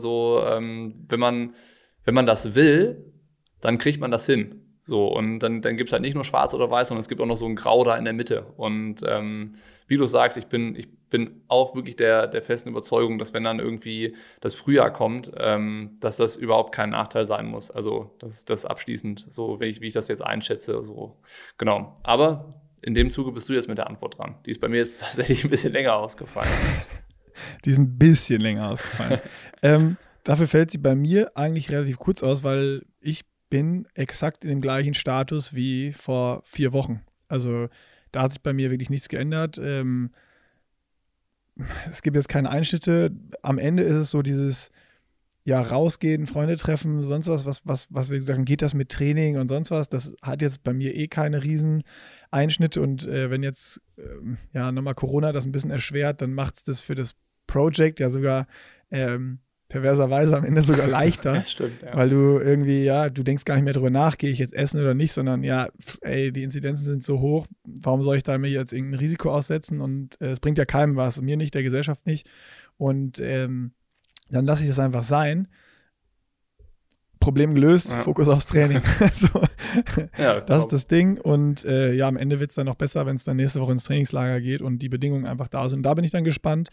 man das will, dann kriegt man das hin. So, und dann gibt es halt nicht nur schwarz oder weiß, sondern es gibt auch noch so ein Grau da in der Mitte. Und wie du sagst, ich bin auch wirklich der festen Überzeugung, dass wenn dann irgendwie das Frühjahr kommt, dass das überhaupt kein Nachteil sein muss. Also das abschließend, so wie ich das jetzt einschätze. So. Genau. Aber in dem Zuge bist du jetzt mit der Antwort dran. Die ist bei mir jetzt tatsächlich ein bisschen länger ausgefallen. Die ist ein bisschen länger ausgefallen. Dafür fällt sie bei mir eigentlich relativ kurz aus, weil ich bin exakt in dem gleichen Status wie vor 4 Wochen. Also da hat sich bei mir wirklich nichts geändert. Es gibt jetzt keine Einschnitte. Am Ende ist es so dieses rausgehen, Freunde treffen, sonst was wir gesagt haben, geht das mit Training und sonst was. Das hat jetzt bei mir keine riesen Einschnitte und wenn jetzt nochmal Corona das ein bisschen erschwert, dann macht es das für das Project ja sogar perverserweise am Ende sogar leichter. Das stimmt, ja. Weil du irgendwie, du denkst gar nicht mehr drüber nach, gehe ich jetzt essen oder nicht, sondern die Inzidenzen sind so hoch, warum soll ich da mir jetzt irgendein Risiko aussetzen und es bringt ja keinem was, mir nicht, der Gesellschaft nicht und dann lasse ich das einfach sein. Problem gelöst, Fokus aufs Training. Das ist das Ding und am Ende wird es dann noch besser, wenn es dann nächste Woche ins Trainingslager geht und die Bedingungen einfach da sind. Und da bin ich dann gespannt,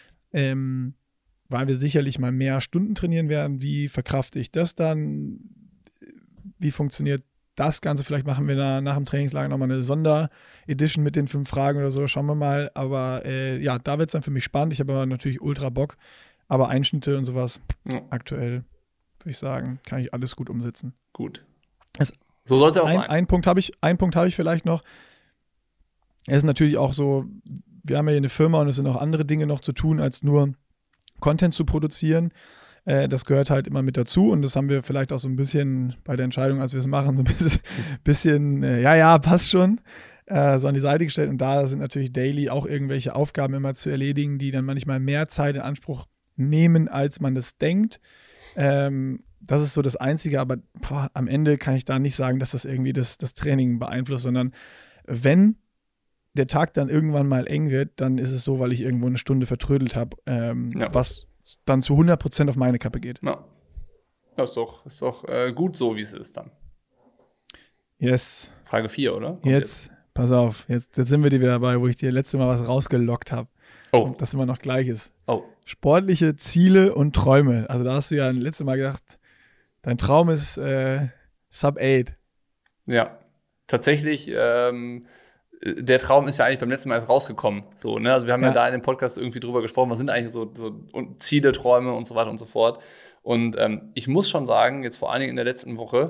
weil wir sicherlich mal mehr Stunden trainieren werden. Wie verkrafte ich das dann? Wie funktioniert das Ganze? Vielleicht machen wir nach dem Trainingslager nochmal eine Sonderedition mit den 5 Fragen oder so. Schauen wir mal. Aber da wird es dann für mich spannend. Ich habe aber natürlich ultra Bock. Aber Einschnitte und sowas aktuell, würde ich sagen, kann ich alles gut umsetzen. Gut. So soll es ja auch sein. Einen Punkt habe ich vielleicht noch. Es ist natürlich auch so, wir haben ja hier eine Firma und es sind auch andere Dinge noch zu tun, als nur Content zu produzieren. Das gehört halt immer mit dazu und das haben wir vielleicht auch so ein bisschen bei der Entscheidung, als wir es machen, so ein bisschen passt schon, so an die Seite gestellt und da sind natürlich daily auch irgendwelche Aufgaben immer zu erledigen, die dann manchmal mehr Zeit in Anspruch nehmen, als man das denkt. Das ist so das Einzige, aber am Ende kann ich da nicht sagen, dass das irgendwie das Training beeinflusst, sondern wenn der Tag dann irgendwann mal eng wird, dann ist es so, weil ich irgendwo eine Stunde vertrödelt habe, was dann zu 100% auf meine Kappe geht. Ja. Das ist doch gut so, wie es ist dann. Yes. Frage 4, oder? Jetzt, pass auf, jetzt sind wir wieder dabei, wo ich dir letztes Mal was rausgelockt habe. Oh. Und das immer noch gleich ist. Oh. Sportliche Ziele und Träume. Also da hast du ja letztes Mal gedacht, dein Traum ist Sub 8. Ja, tatsächlich, der Traum ist ja eigentlich beim letzten Mal erst rausgekommen. So, ne? Also wir haben ja da in dem Podcast irgendwie drüber gesprochen, was sind eigentlich so Ziele, Träume und so weiter und so fort. Und ich muss schon sagen, jetzt vor allen Dingen in der letzten Woche,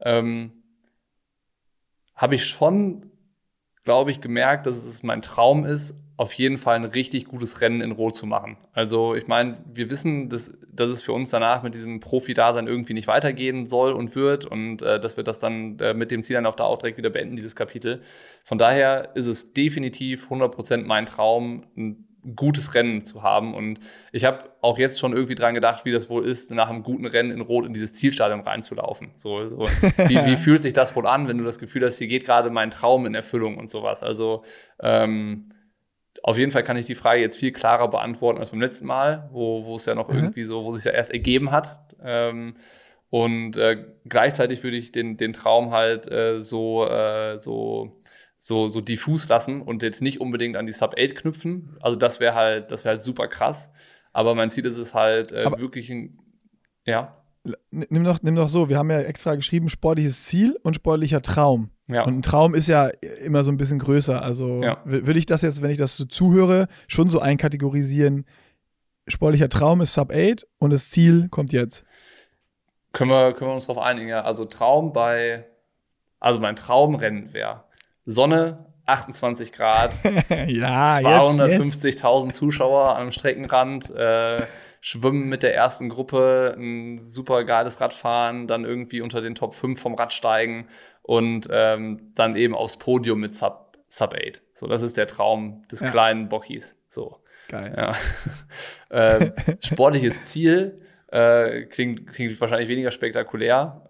habe ich schon, glaube ich, gemerkt, dass es mein Traum ist, auf jeden Fall ein richtig gutes Rennen in Rot zu machen. Also ich meine, wir wissen, dass es für uns danach mit diesem Profi-Dasein irgendwie nicht weitergehen soll und wird und dass wir das dann mit dem Ziel dann auf der auch direkt wieder beenden, dieses Kapitel. Von daher ist es definitiv 100% mein Traum, ein gutes Rennen zu haben und ich habe auch jetzt schon irgendwie dran gedacht, wie das wohl ist, nach einem guten Rennen in Rot in dieses Zielstadion reinzulaufen. Wie fühlt sich das wohl an, wenn du das Gefühl hast, hier geht gerade mein Traum in Erfüllung und sowas. Also auf jeden Fall kann ich die Frage jetzt viel klarer beantworten als beim letzten Mal, wo es ja noch irgendwie so, wo es sich ja erst ergeben hat. Und gleichzeitig würde ich den Traum halt so diffus lassen und jetzt nicht unbedingt an die Sub-8 knüpfen. Also das wäre halt super krass. Aber mein Ziel ist es halt wirklich ja. Nimm doch so, wir haben ja extra geschrieben, sportliches Ziel und sportlicher Traum. Ja. Und ein Traum ist ja immer so ein bisschen größer. Also würde ich das jetzt, wenn ich das so zuhöre, schon so einkategorisieren, sportlicher Traum ist Sub-8 und das Ziel kommt jetzt. Können wir uns darauf einigen, ja. Also mein Traumrennen wäre Sonne, 28 Grad, ja, 250.000 Zuschauer am Streckenrand, Schwimmen mit der ersten Gruppe, ein super geiles Radfahren, dann irgendwie unter den Top 5 vom Radsteigen und dann eben aufs Podium mit Sub 8. So, das ist der Traum des kleinen Bockis. So. Geil. Ja. Sportliches Ziel klingt wahrscheinlich weniger spektakulär.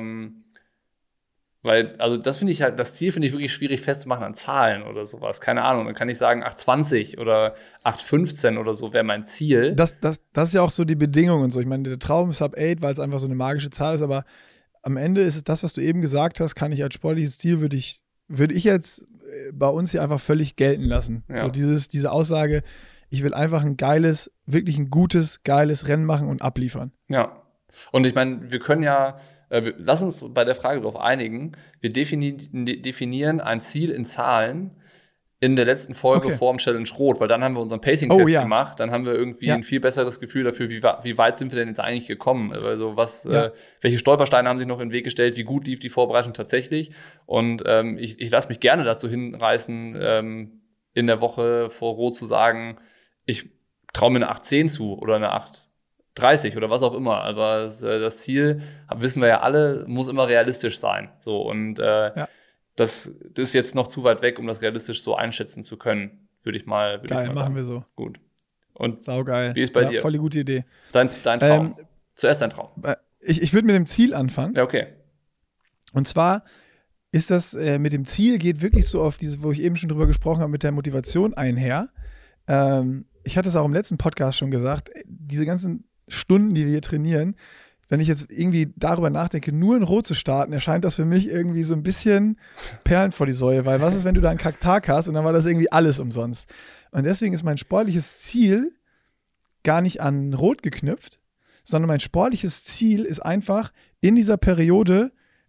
Weil, also das Ziel finde ich wirklich schwierig festzumachen an Zahlen oder sowas. Keine Ahnung, dann kann ich sagen 8,20 oder 8,15 oder so wäre mein Ziel. Das ist ja auch so die Bedingung und so. Ich meine, der Traum ist Sub 8, weil es einfach so eine magische Zahl ist, aber am Ende ist es das, was du eben gesagt hast, kann ich als sportliches Ziel, würde ich jetzt bei uns hier einfach völlig gelten lassen. Ja. So diese Aussage, ich will einfach wirklich ein gutes, geiles Rennen machen und abliefern. Ja. Und ich meine, wir können ja lass uns bei der Frage darauf einigen. Wir definieren ein Ziel in Zahlen in der letzten Folge vor dem Challenge Rot, weil dann haben wir unseren Pacing-Test gemacht. Dann haben wir irgendwie ein viel besseres Gefühl dafür, wie weit sind wir denn jetzt eigentlich gekommen. Also welche Stolpersteine haben sich noch in den Weg gestellt, wie gut lief die Vorbereitung tatsächlich. Und ich lasse mich gerne dazu hinreißen, in der Woche vor Rot zu sagen, ich traue mir eine 8,10 zu oder eine 8,30 oder was auch immer, aber das Ziel, wissen wir ja alle, muss immer realistisch sein. So, und das ist jetzt noch zu weit weg, um das realistisch so einschätzen zu können, würde ich mal sagen. Machen wir so. Gut. Und saugeil. Wie ist bei dir? Voll die gute Idee. Dein Traum. Zuerst dein Traum. Ich würde mit dem Ziel anfangen. Ja, okay. Und zwar ist das mit dem Ziel, geht wirklich so auf diese, wo ich eben schon drüber gesprochen habe, mit der Motivation einher. Ich hatte es auch im letzten Podcast schon gesagt, diese ganzen Stunden, die wir hier trainieren, wenn ich jetzt irgendwie darüber nachdenke, nur in Rot zu starten, erscheint das für mich irgendwie so ein bisschen Perlen vor die Säue, weil was ist, wenn du da einen Kacktag hast und dann war das irgendwie alles umsonst. Und deswegen ist mein sportliches Ziel gar nicht an Rot geknüpft, sondern mein sportliches Ziel ist einfach, in dieser Periode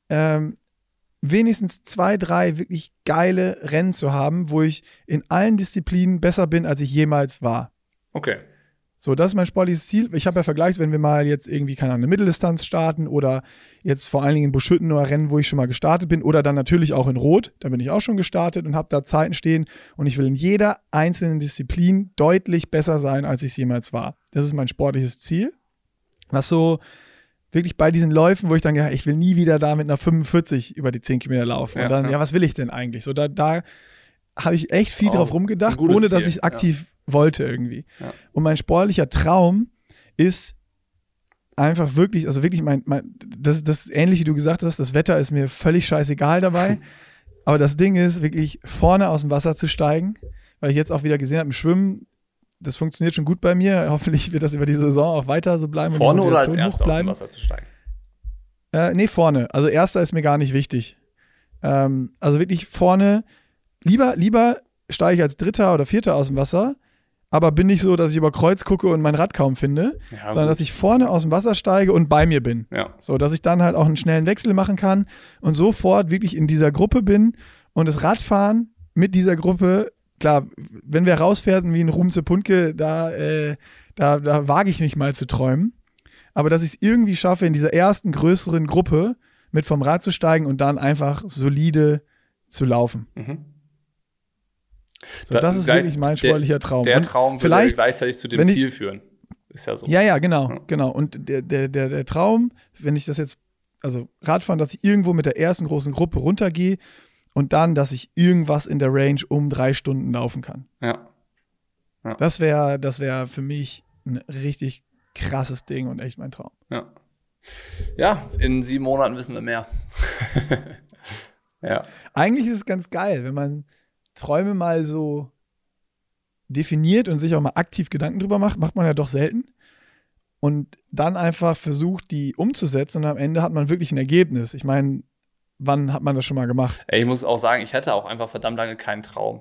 wenigstens 2, 3 wirklich geile Rennen zu haben, wo ich in allen Disziplinen besser bin, als ich jemals war. Okay. So, das ist mein sportliches Ziel. Ich habe ja Vergleich, wenn wir mal jetzt irgendwie, keine Ahnung, eine Mitteldistanz starten oder jetzt vor allen Dingen in Buschütten oder Rennen, wo ich schon mal gestartet bin oder dann natürlich auch in Rot, da bin ich auch schon gestartet und habe da Zeiten stehen und ich will in jeder einzelnen Disziplin deutlich besser sein, als ich es jemals war. Das ist mein sportliches Ziel. Was so wirklich bei diesen Läufen, wo ich dann gedacht, ich will nie wieder da mit einer 45 über die 10 Kilometer laufen. Und dann, was will ich denn eigentlich? So, da habe ich echt viel drauf rumgedacht, ohne dass ich es aktiv wollte irgendwie. Ja. Und mein sportlicher Traum ist einfach wirklich, also wirklich das ist ähnlich wie du gesagt hast, das Wetter ist mir völlig scheißegal dabei, aber das Ding ist wirklich vorne aus dem Wasser zu steigen, weil ich jetzt auch wieder gesehen habe im Schwimmen, das funktioniert schon gut bei mir, hoffentlich wird das über die Saison auch weiter so bleiben. Vorne oder als Erster aus dem Wasser zu steigen? Nee, vorne, also Erster ist mir gar nicht wichtig. Also wirklich vorne, lieber steige ich als Dritter oder Vierter aus dem Wasser, aber bin nicht so, dass ich über Kreuz gucke und mein Rad kaum finde, sondern dass ich vorne aus dem Wasser steige und bei mir bin. Ja. So, dass ich dann halt auch einen schnellen Wechsel machen kann und sofort wirklich in dieser Gruppe bin und das Radfahren mit dieser Gruppe, klar, wenn wir rausfährten wie ein Ruhm zur Pundke, da wage ich nicht mal zu träumen, aber dass ich es irgendwie schaffe, in dieser ersten größeren Gruppe mit vom Rad zu steigen und dann einfach solide zu laufen. Mhm. So, das ist wirklich mein sportlicher Traum. Der Traum würde gleichzeitig zu dem Ziel führen. Ist ja so. Ja, genau. Und der Traum, wenn ich das jetzt, also Radfahren, dass ich irgendwo mit der ersten großen Gruppe runtergehe und dann, dass ich irgendwas in der Range um 3 Stunden laufen kann. Ja. Das wär für mich ein richtig krasses Ding und echt mein Traum. Ja. Ja, in 7 Monaten wissen wir mehr. Ja. Eigentlich ist es ganz geil, wenn man Träume mal so definiert und sich auch mal aktiv Gedanken drüber macht man ja doch selten. Und dann einfach versucht, die umzusetzen und am Ende hat man wirklich ein Ergebnis. Ich meine, wann hat man das schon mal gemacht? Ich muss auch sagen, ich hatte auch einfach verdammt lange keinen Traum.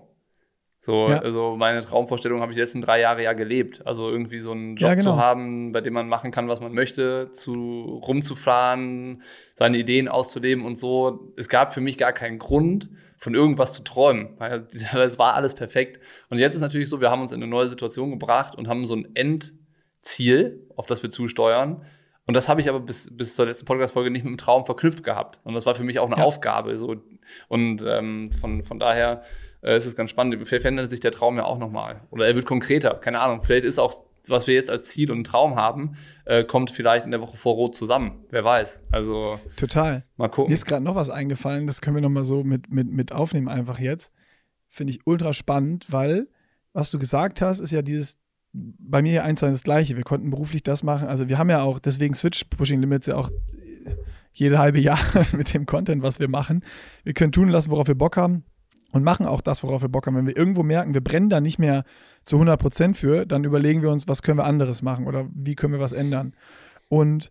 Also meine Traumvorstellung habe ich die letzten 3 Jahre ja gelebt. Also irgendwie so einen Job zu haben, bei dem man machen kann, was man möchte, rumzufahren, seine Ideen auszuleben und so. Es gab für mich gar keinen Grund, von irgendwas zu träumen. Weil es war alles perfekt. Und jetzt ist natürlich so, wir haben uns in eine neue Situation gebracht und haben so ein Endziel, auf das wir zusteuern. Und das habe ich aber bis zur letzten Podcast-Folge nicht mit dem Traum verknüpft gehabt. Und das war für mich auch eine Aufgabe. So. Und von daher ist es ganz spannend. Vielleicht verändert sich der Traum ja auch nochmal. Oder er wird konkreter. Keine Ahnung. Vielleicht ist auch, was wir jetzt als Ziel und Traum haben, kommt vielleicht in der Woche vor Rot zusammen. Wer weiß. Also total. Mal gucken. Mir ist gerade noch was eingefallen. Das können wir nochmal so mit aufnehmen einfach jetzt. Finde ich ultra spannend, weil was du gesagt hast, ist ja dieses bei mir ja 1:1 das Gleiche. Wir konnten beruflich das machen. Also wir haben ja auch, deswegen Switch Pushing Limits ja auch jede halbe Jahr mit dem Content, was wir machen. Wir können tun lassen, worauf wir Bock haben und machen auch das, worauf wir Bock haben. Wenn wir irgendwo merken, wir brennen da nicht mehr zu 100% für, dann überlegen wir uns, was können wir anderes machen oder wie können wir was ändern. Und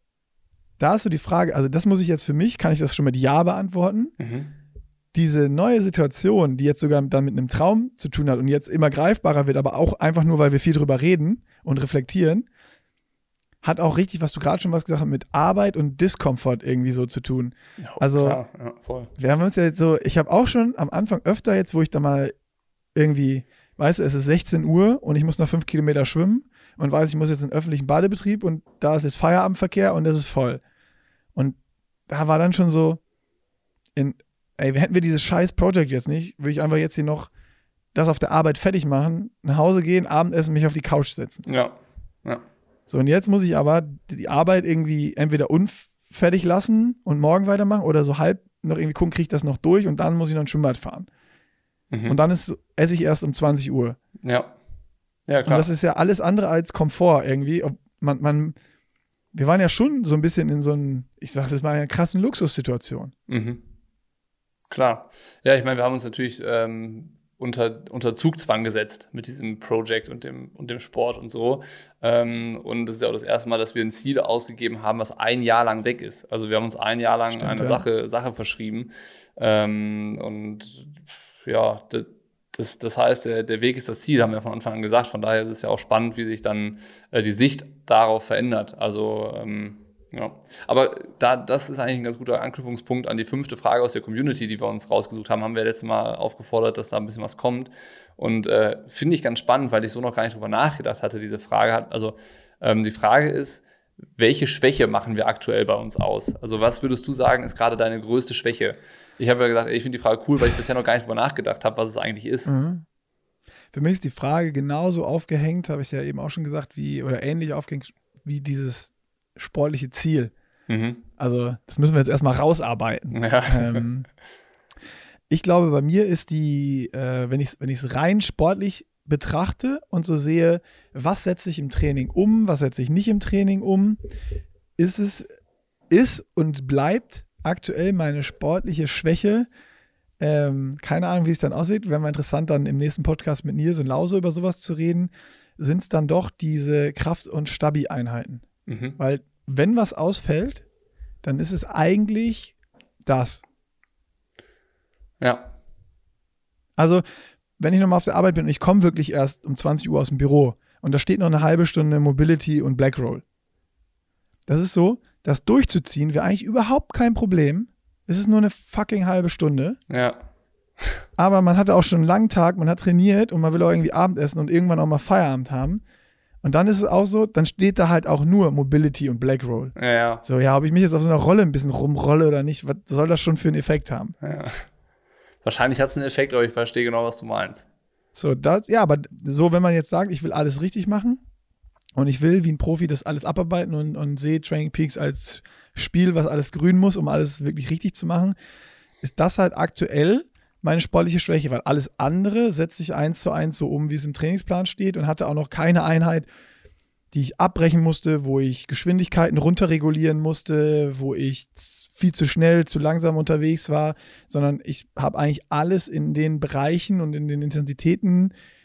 da ist so die Frage, also das muss ich jetzt für mich, kann ich das schon mit Ja beantworten? Diese neue Situation, die jetzt sogar dann mit einem Traum zu tun hat und jetzt immer greifbarer wird, aber auch einfach nur, weil wir viel drüber reden und reflektieren, hat auch richtig, was du gerade schon was gesagt hast, mit Arbeit und Diskomfort irgendwie so zu tun. Ja, also, klar. Ja, voll. Wir haben uns ja jetzt so, ich habe auch schon am Anfang öfter jetzt, wo ich da mal irgendwie, weißt du, es ist 16 Uhr und ich muss noch 5 Kilometer schwimmen und weiß, ich muss jetzt in den öffentlichen Badebetrieb und da ist jetzt Feierabendverkehr und das ist voll. Und da war dann schon so, hätten wir dieses scheiß Project jetzt nicht, würde ich einfach jetzt hier noch das auf der Arbeit fertig machen, nach Hause gehen, Abendessen, mich auf die Couch setzen. Ja. So, und jetzt muss ich aber die Arbeit irgendwie entweder unfertig lassen und morgen weitermachen oder so halb noch irgendwie gucken, kriege ich das noch durch und dann muss ich noch ein Schwimmbad fahren. Und dann esse ich erst um 20 Uhr. Ja, klar. Und das ist ja alles andere als Komfort irgendwie. Wir waren ja schon so ein bisschen in so einem, ich sag das mal, einer krassen Luxussituation. Klar. Ja, ich meine, wir haben uns natürlich unter Zugzwang gesetzt mit diesem Project und dem Sport und so. Und das ist ja auch das erste Mal, dass wir ein Ziel ausgegeben haben, was 1 Jahr lang weg ist. Also wir haben uns 1 Jahr lang eine Sache verschrieben. Und ja, das heißt, der Weg ist das Ziel, haben wir von Anfang an gesagt. Von daher ist es ja auch spannend, wie sich dann die Sicht darauf verändert. Also ja, aber das ist eigentlich ein ganz guter Anknüpfungspunkt an die 5. Frage aus der Community, die wir uns rausgesucht haben. Haben wir letztes Mal aufgefordert, dass da ein bisschen was kommt. Und finde ich ganz spannend, weil ich so noch gar nicht drüber nachgedacht hatte, diese Frage. Also die Frage ist, welche Schwäche machen wir aktuell bei uns aus? Also was würdest du sagen, ist gerade deine größte Schwäche? Ich habe ja gesagt, ich finde die Frage cool, weil ich bisher noch gar nicht drüber nachgedacht habe, was es eigentlich ist. Für mich ist die Frage genauso aufgehängt, habe ich ja eben auch schon gesagt, oder ähnlich aufgehängt, wie dieses sportliche Ziel. Also das müssen wir jetzt erstmal rausarbeiten. Ja. Ich glaube, bei mir ist wenn ich es rein sportlich betrachte und so sehe, was setze ich im Training um, was setze ich nicht im Training um, ist und bleibt aktuell meine sportliche Schwäche. Keine Ahnung, wie es dann aussieht. Wäre mal interessant, dann im nächsten Podcast mit Nils und Lause über sowas zu reden. Sind es dann doch diese Kraft- und Stabi-Einheiten. Weil wenn was ausfällt, dann ist es eigentlich das. Ja. Also, wenn ich nochmal auf der Arbeit bin und ich komme wirklich erst um 20 Uhr aus dem Büro und da steht noch eine halbe Stunde Mobility und Blackroll. Das ist so, das durchzuziehen wäre eigentlich überhaupt kein Problem. Es ist nur eine fucking halbe Stunde. Ja. Aber man hatte auch schon einen langen Tag, man hat trainiert und man will auch irgendwie Abendessen und irgendwann auch mal Feierabend haben. Und dann ist es auch so, dann steht da halt auch nur Mobility und Blackroll. Ja. So, ja, ob ich mich jetzt auf so einer Rolle ein bisschen rumrolle oder nicht, was soll das schon für einen Effekt haben? Ja. Wahrscheinlich hat es einen Effekt, aber ich verstehe genau, was du meinst. So, aber so, wenn man jetzt sagt, ich will alles richtig machen und ich will wie ein Profi das alles abarbeiten und sehe Training Peaks als Spiel, was alles grün muss, um alles wirklich richtig zu machen, ist das halt aktuell meine sportliche Schwäche, weil alles andere setze ich 1:1 so um, wie es im Trainingsplan steht und hatte auch noch keine Einheit, die ich abbrechen musste, wo ich Geschwindigkeiten runterregulieren musste, wo ich viel zu schnell, zu langsam unterwegs war, sondern ich habe eigentlich alles in den Bereichen und in den Intensitäten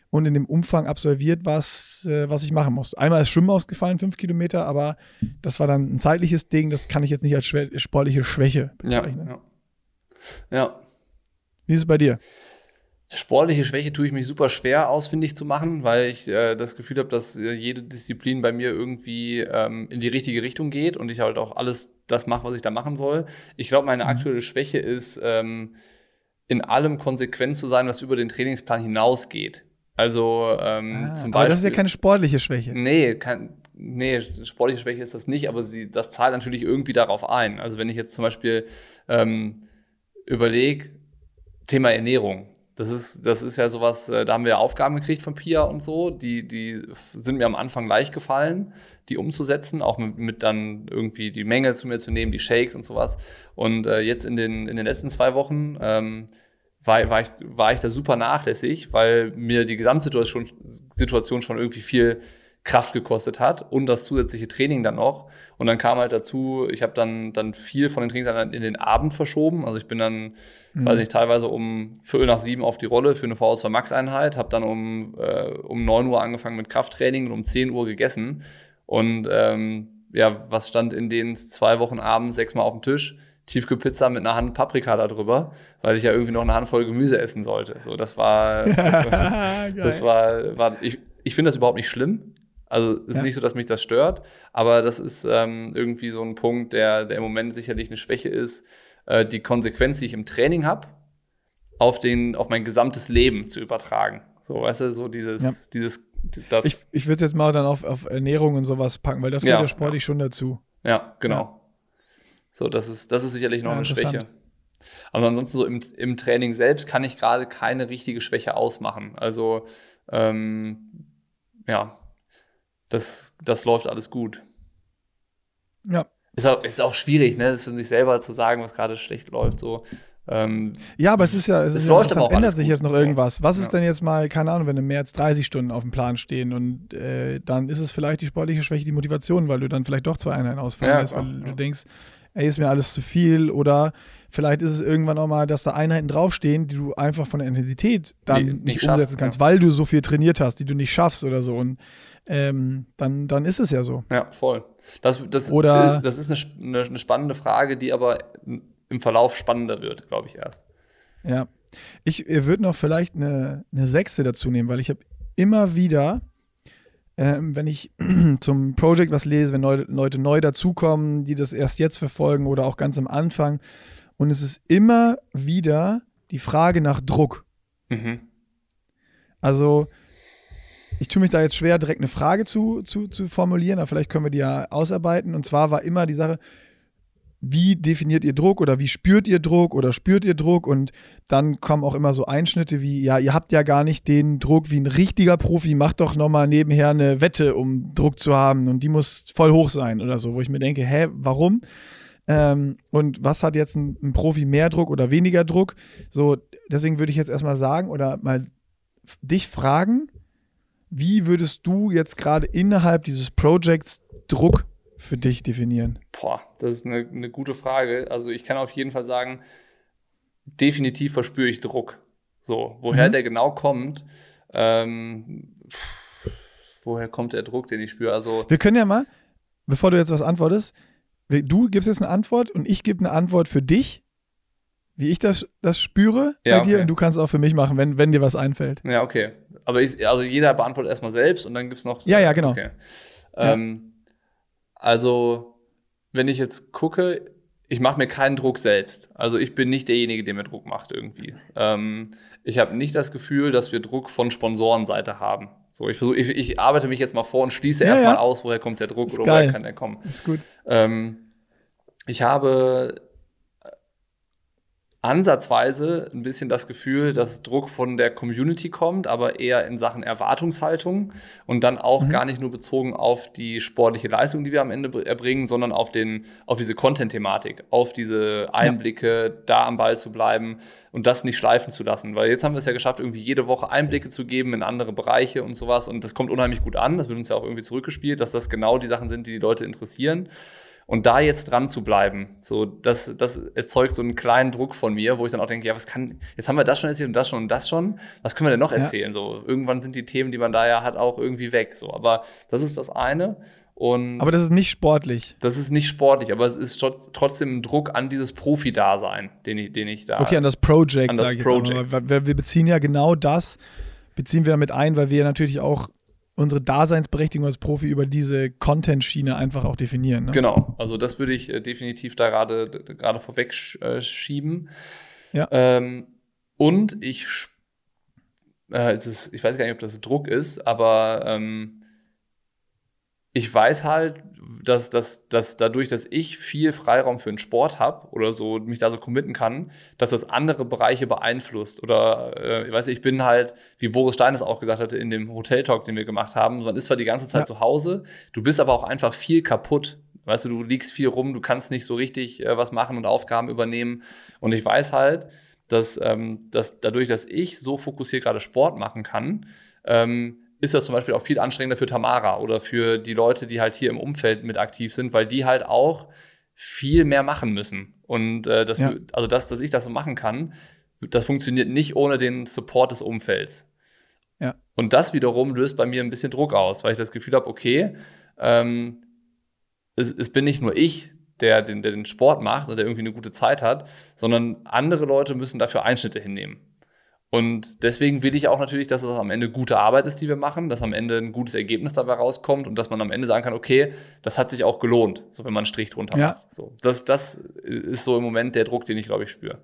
und in dem Umfang absolviert, was ich machen musste. Einmal ist Schwimmen ausgefallen, 5 Kilometer, aber das war dann ein zeitliches Ding, das kann ich jetzt nicht als sportliche Schwäche bezeichnen. Ja. Wie ist es bei dir? Sportliche Schwäche tue ich mich super schwer ausfindig zu machen, weil ich das Gefühl habe, dass jede Disziplin bei mir irgendwie in die richtige Richtung geht und ich halt auch alles das mache, was ich da machen soll. Ich glaube, meine aktuelle Schwäche ist, in allem konsequent zu sein, was über den Trainingsplan hinausgeht. Also zum Beispiel. Aber das ist ja keine sportliche Schwäche. Nee, sportliche Schwäche ist das nicht, aber das zahlt natürlich irgendwie darauf ein. Also wenn ich jetzt zum Beispiel überlege, Thema Ernährung. Das ist ja sowas, da haben wir Aufgaben gekriegt von Pia und so, die sind mir am Anfang leicht gefallen, die umzusetzen, auch mit dann irgendwie die Menge zu mir zu nehmen, die Shakes und sowas. Und jetzt in den letzten 2 Wochen war ich da super nachlässig, weil mir die Gesamtsituation schon irgendwie viel Kraft gekostet hat und das zusätzliche Training dann noch. Und dann kam halt dazu, ich habe dann viel von den Trainings in den Abend verschoben. Also ich bin dann, weiß nicht, teilweise um 6:45 auf die Rolle für eine VO2 Max-Einheit, habe dann um 9 Uhr angefangen mit Krafttraining und um 10 Uhr gegessen. Und was stand in den 2 Wochen abends 6-mal auf dem Tisch? Tiefkühlpizza mit einer Hand Paprika da drüber, weil ich ja irgendwie noch eine Handvoll Gemüse essen sollte. So, ich finde das überhaupt nicht schlimm. Also es ist nicht so, dass mich das stört, aber das ist irgendwie so ein Punkt, der im Moment sicherlich eine Schwäche ist, die Konsequenz, die ich im Training habe, auf mein gesamtes Leben zu übertragen. So, weißt du, so dieses. Ich würde es jetzt mal dann auf Ernährung und sowas packen, weil das gehört ja sportlich schon dazu. Ja, genau. Ja. So, das ist sicherlich noch eine Schwäche. Aber ansonsten so im Training selbst kann ich gerade keine richtige Schwäche ausmachen. Also das läuft alles gut. Ja. Ist auch schwierig, ne, das für sich selber zu sagen, was gerade schlecht läuft. So. Ja, aber es läuft, aber auch ändert sich jetzt noch irgendwas. Was ist denn jetzt mal, keine Ahnung, wenn im März 30 Stunden auf dem Plan stehen und dann ist es vielleicht die sportliche Schwäche, die Motivation, weil du dann vielleicht doch 2 Einheiten ausfallen lässt, weil du denkst, ey, ist mir alles zu viel, oder vielleicht ist es irgendwann auch mal, dass da Einheiten draufstehen, die du einfach von der Intensität dann nicht umsetzen kannst, weil du so viel trainiert hast, die du nicht schaffst oder so, und dann ist es ja so. Ja, voll. Das ist eine spannende Frage, die aber im Verlauf spannender wird, glaube ich, erst. Ja. Ich würde noch vielleicht eine 6. dazu nehmen, weil ich habe immer wieder, wenn ich zum Project was lese, wenn Leute neu dazukommen, die das erst jetzt verfolgen oder auch ganz am Anfang, und es ist immer wieder die Frage nach Druck. Mhm. Also ich tue mich da jetzt schwer, direkt eine Frage zu formulieren, aber vielleicht können wir die ja ausarbeiten. Und zwar war immer die Sache, wie definiert ihr Druck oder wie spürt ihr Druck oder spürt ihr Druck? Und dann kommen auch immer so Einschnitte wie, ja, ihr habt ja gar nicht den Druck wie ein richtiger Profi, macht doch nochmal nebenher eine Wette, um Druck zu haben, und die muss voll hoch sein oder so, wo ich mir denke, warum? Und was hat jetzt ein Profi mehr Druck oder weniger Druck? So, deswegen würde ich jetzt erstmal sagen oder mal dich fragen, wie würdest du jetzt gerade innerhalb dieses Projects Druck für dich definieren? Boah, das ist eine gute Frage. Also ich kann auf jeden Fall sagen, definitiv verspüre ich Druck. So, woher der genau kommt, woher kommt der Druck, den ich spüre? Also wir können ja mal, bevor du jetzt was antwortest, du gibst jetzt eine Antwort und ich gebe eine Antwort für dich, wie ich das spüre bei dir, und du kannst auch für mich machen, wenn dir was einfällt. Ja, okay. Aber also jeder beantwortet erstmal selbst und dann gibt es noch... Ja, genau. Okay. Also, wenn ich jetzt gucke, ich mache mir keinen Druck selbst. Also ich bin nicht derjenige, der mir Druck macht irgendwie. Ich habe nicht das Gefühl, dass wir Druck von Sponsorenseite haben. So, ich arbeite mich jetzt mal vor und schließe erstmal aus, woher kommt der Druck oder woher kann der kommen. Ist gut. Ich habe ansatzweise ein bisschen das Gefühl, dass Druck von der Community kommt, aber eher in Sachen Erwartungshaltung und dann auch gar nicht nur bezogen auf die sportliche Leistung, die wir am Ende erbringen, sondern auf diese Content-Thematik, auf diese Einblicke, da am Ball zu bleiben und das nicht schleifen zu lassen. Weil jetzt haben wir es ja geschafft, irgendwie jede Woche Einblicke zu geben in andere Bereiche und sowas, und das kommt unheimlich gut an. Das wird uns ja auch irgendwie zurückgespielt, dass das genau die Sachen sind, die die Leute interessieren. Und da jetzt dran zu bleiben, so, das erzeugt so einen kleinen Druck von mir, wo ich dann auch denke, ja, jetzt haben wir das schon erzählt und das schon und das schon, was können wir denn noch erzählen? So, irgendwann sind die Themen, die man da ja hat, auch irgendwie weg. So, aber das ist das eine. Aber das ist nicht sportlich. Das ist nicht sportlich, aber es ist trotzdem ein Druck an dieses Profi-Dasein, den ich da. Okay, an das Project, an das Project. Wir beziehen ja genau das, beziehen wir mit ein, weil wir natürlich auch unsere Daseinsberechtigung als Profi über diese Content-Schiene einfach auch definieren. Ne? Genau, also das würde ich definitiv da gerade vorweg schieben. Ja. Und ich weiß gar nicht, ob das Druck ist, aber ich weiß halt, dass dadurch, dass ich viel Freiraum für den Sport habe oder so mich da so committen kann, dass das andere Bereiche beeinflusst. Oder ich bin halt, wie Boris Stein es auch gesagt hatte in dem Hotel-Talk, den wir gemacht haben, man ist zwar die ganze Zeit zu Hause, du bist aber auch einfach viel kaputt. Weißt du liegst viel rum, du kannst nicht so richtig was machen und Aufgaben übernehmen. Und ich weiß halt, dass dadurch, dass ich so fokussiert gerade Sport machen kann, ist das zum Beispiel auch viel anstrengender für Tamara oder für die Leute, die halt hier im Umfeld mit aktiv sind, weil die halt auch viel mehr machen müssen. Und dass ich das so machen kann, das funktioniert nicht ohne den Support des Umfelds. Ja. Und das wiederum löst bei mir ein bisschen Druck aus, weil ich das Gefühl habe, okay, es bin nicht nur ich, der den Sport macht und der irgendwie eine gute Zeit hat, sondern andere Leute müssen dafür Einschnitte hinnehmen. Und deswegen will ich auch natürlich, dass es am Ende gute Arbeit ist, die wir machen, dass am Ende ein gutes Ergebnis dabei rauskommt und dass man am Ende sagen kann, okay, das hat sich auch gelohnt, so wenn man einen Strich drunter macht. So, das ist so im Moment der Druck, den ich, glaube ich, spüre.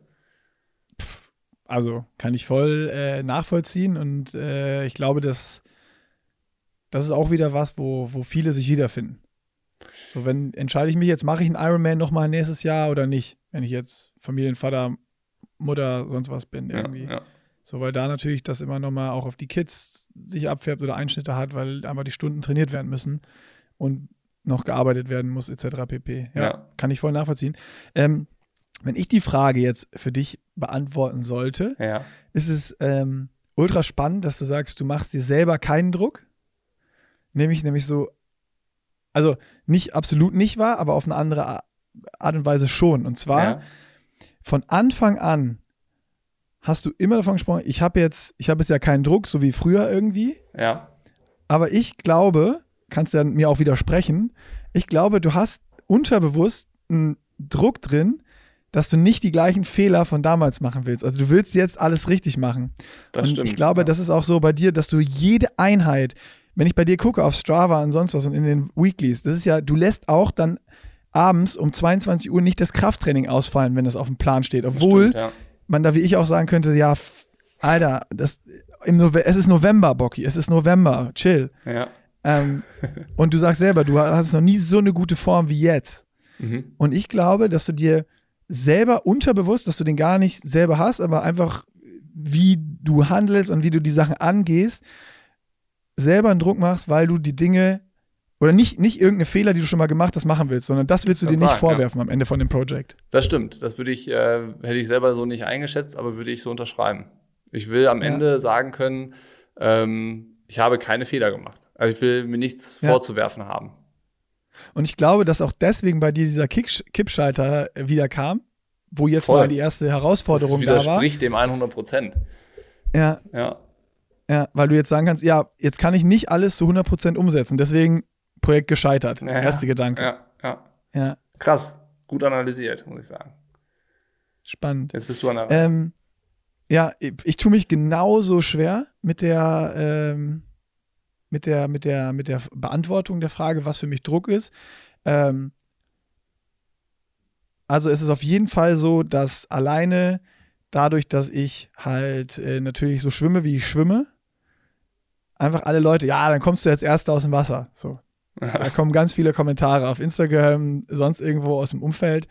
Also kann ich voll nachvollziehen und ich glaube, das ist auch wieder was, wo viele sich wiederfinden. So, entscheide ich mich jetzt, mache ich einen Ironman nochmal nächstes Jahr oder nicht, wenn ich jetzt Familienvater, Mutter, sonst was bin irgendwie. Ja. So, weil da natürlich das immer nochmal auch auf die Kids sich abfärbt oder Einschnitte hat, weil einfach die Stunden trainiert werden müssen und noch gearbeitet werden muss, etc. pp. Ja, kann ich voll nachvollziehen. Wenn ich die Frage jetzt für dich beantworten sollte, ist es ultra spannend, dass du sagst, du machst dir selber keinen Druck. Nämlich so, also nicht absolut nicht wahr, aber auf eine andere Art und Weise schon. Und zwar von Anfang an hast du immer davon gesprochen, ich habe jetzt ja keinen Druck, so wie früher irgendwie. Ja. Aber ich glaube, kannst du ja mir auch widersprechen, ich glaube, du hast unterbewusst einen Druck drin, dass du nicht die gleichen Fehler von damals machen willst. Also du willst jetzt alles richtig machen. Das stimmt. Ich glaube, das ist auch so bei dir, dass du jede Einheit, wenn ich bei dir gucke auf Strava und sonst was und in den Weeklies, das ist ja, du lässt auch dann abends um 22 Uhr nicht das Krafttraining ausfallen, wenn das auf dem Plan steht. Obwohl man da wie ich auch sagen könnte, ja, Alter, es ist November, Bocky, es ist November, chill. Ja. Und du sagst selber, du hast noch nie so eine gute Form wie jetzt. Mhm. Und ich glaube, dass du dir selber unterbewusst, dass du den gar nicht selber hast, aber einfach wie du handelst und wie du die Sachen angehst, selber einen Druck machst, weil du die Dinge oder nicht irgendeine Fehler, die du schon mal gemacht hast, machen willst, sondern das willst du dir nicht vorwerfen am Ende von dem Projekt. Das stimmt. Das hätte ich selber so nicht eingeschätzt, aber würde ich so unterschreiben. Ich will am Ende sagen können, ich habe keine Fehler gemacht. Also ich will mir nichts vorzuwerfen haben. Und ich glaube, dass auch deswegen bei dir dieser Kippschalter wieder kam, wo jetzt mal die erste Herausforderung da war. Das widerspricht dem 100%. Ja. Ja, weil du jetzt sagen kannst, ja, jetzt kann ich nicht alles zu 100% umsetzen, deswegen Projekt gescheitert. Erste Gedanke. Ja. Krass, gut analysiert, muss ich sagen. Spannend. Jetzt bist du an der Ja, ich tue mich genauso schwer mit der Beantwortung der Frage, was für mich Druck ist. Also es ist auf jeden Fall so, dass alleine dadurch, dass ich halt natürlich so schwimme, wie ich schwimme, einfach alle Leute, ja, dann kommst du jetzt Erster aus dem Wasser. So. Da kommen ganz viele Kommentare auf Instagram, sonst irgendwo aus dem Umfeld.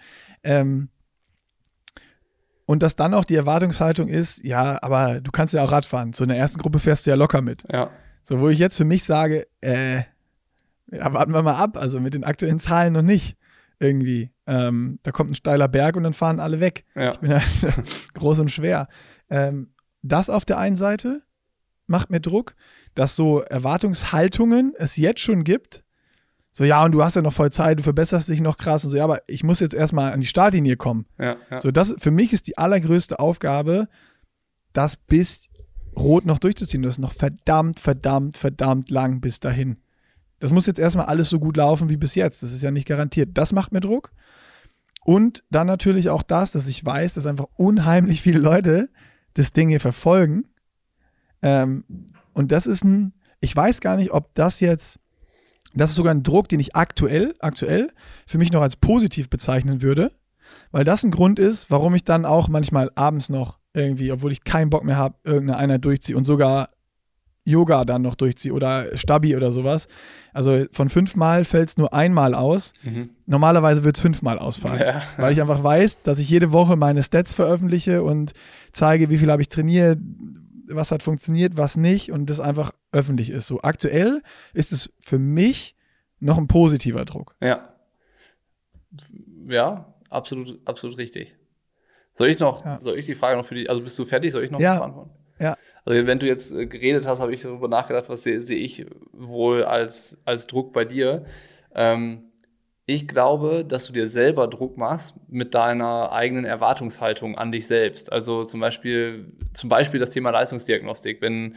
Und dass dann auch die Erwartungshaltung ist, ja, aber du kannst ja auch Radfahren. So in der ersten Gruppe fährst du ja locker mit. Ja. So, wo ich jetzt für mich sage, warten wir mal ab, also mit den aktuellen Zahlen noch nicht. Irgendwie. Da kommt ein steiler Berg und dann fahren alle weg. Ja. Ich bin halt groß und schwer. Das auf der einen Seite macht mir Druck, dass so Erwartungshaltungen es jetzt schon gibt, So, ja, und du hast ja noch voll Zeit, du verbesserst dich noch krass und so, ja, aber ich muss jetzt erstmal an die Startlinie kommen. Ja. So, das für mich ist die allergrößte Aufgabe, das bis rot noch durchzuziehen. Das ist noch verdammt lang bis dahin. Das muss jetzt erstmal alles so gut laufen wie bis jetzt. Das ist ja nicht garantiert. Das macht mir Druck. Und dann natürlich auch das, dass ich weiß, dass einfach unheimlich viele Leute das Ding hier verfolgen. Und das ist ich weiß gar nicht, ob das ist sogar ein Druck, den ich aktuell für mich noch als positiv bezeichnen würde, weil das ein Grund ist, warum ich dann auch manchmal abends noch irgendwie, obwohl ich keinen Bock mehr habe, irgendeine Einheit durchziehe und sogar Yoga dann noch durchziehe oder Stabi oder sowas. Also von 5 Mal fällt es nur einmal aus. Normalerweise wird es 5 Mal ausfallen, weil ich einfach weiß, dass ich jede Woche meine Stats veröffentliche und zeige, wie viel habe ich trainiert, was hat funktioniert, was nicht und das einfach öffentlich ist. So aktuell ist es für mich noch ein positiver Druck. Ja, absolut richtig. Soll ich die Frage noch also bist du fertig? Soll ich noch beantworten? Ja. Also wenn du jetzt geredet hast, habe ich darüber nachgedacht, was sehe ich wohl als Druck bei dir. Ich glaube, dass du dir selber Druck machst mit deiner eigenen Erwartungshaltung an dich selbst. Also zum Beispiel das Thema Leistungsdiagnostik. Wenn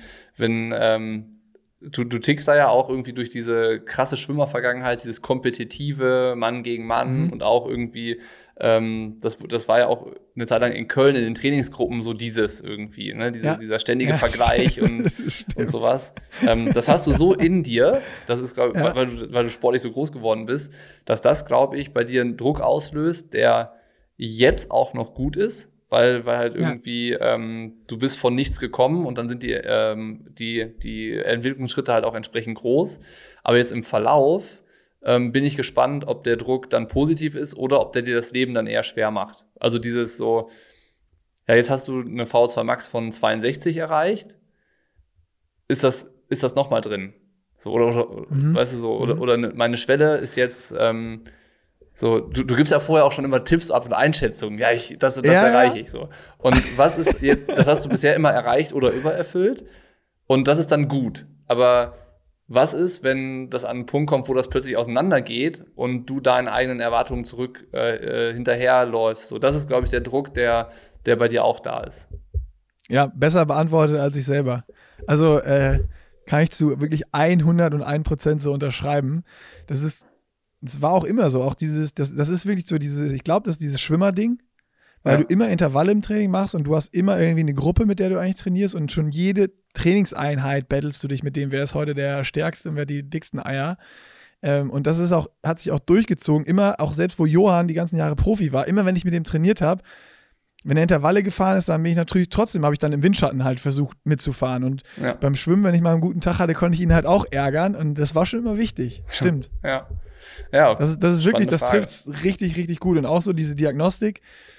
du tickst da ja auch irgendwie durch diese krasse Schwimmervergangenheit, dieses kompetitive Mann gegen Mann und auch irgendwie, das war ja auch eine Zeit lang in Köln in den Trainingsgruppen so dieses irgendwie, ne? Dieser ständige Vergleich und sowas. Das hast du so in dir, das ist, glaube ich, weil du sportlich so groß geworden bist, dass das, glaube ich, bei dir einen Druck auslöst, der jetzt auch noch gut ist, weil halt irgendwie du bist von nichts gekommen und dann sind die Entwicklungsschritte halt auch entsprechend groß. Aber jetzt im Verlauf bin ich gespannt, ob der Druck dann positiv ist oder ob der dir das Leben dann eher schwer macht. Also dieses so, ja, jetzt hast du eine V2 Max von 62 erreicht. Ist das nochmal drin? So, oder weißt du so, oder meine Schwelle ist jetzt so, du gibst ja vorher auch schon immer Tipps ab und Einschätzungen. Ja, das erreiche ich so. Und was ist jetzt, das hast du bisher immer erreicht oder übererfüllt. Und das ist dann gut. Aber was ist, wenn das an einen Punkt kommt, wo das plötzlich auseinandergeht und du deinen eigenen Erwartungen zurück hinterherläufst? So, das ist, glaube ich, der Druck, der bei dir auch da ist. Ja, besser beantwortet als ich selber. Also kann ich zu wirklich 101% so unterschreiben. Das war auch immer so. Auch das ist wirklich so ich glaube, das ist dieses Schwimmerding, weil du immer Intervalle im Training machst und du hast immer irgendwie eine Gruppe, mit der du eigentlich trainierst und schon jede Trainingseinheit battlest du dich mit dem, wer ist heute der Stärkste und wer die dicksten Eier. Und das hat sich auch durchgezogen. Immer, auch selbst wo Johann die ganzen Jahre Profi war, immer wenn ich mit dem trainiert habe, wenn er Intervalle gefahren ist, dann bin ich natürlich habe ich dann im Windschatten halt versucht mitzufahren. Und beim Schwimmen, wenn ich mal einen guten Tag hatte, konnte ich ihn halt auch ärgern und das war schon immer wichtig. Stimmt. Ja, das ist wirklich, das trifft es richtig, richtig gut. Und auch so diese Diagnostik,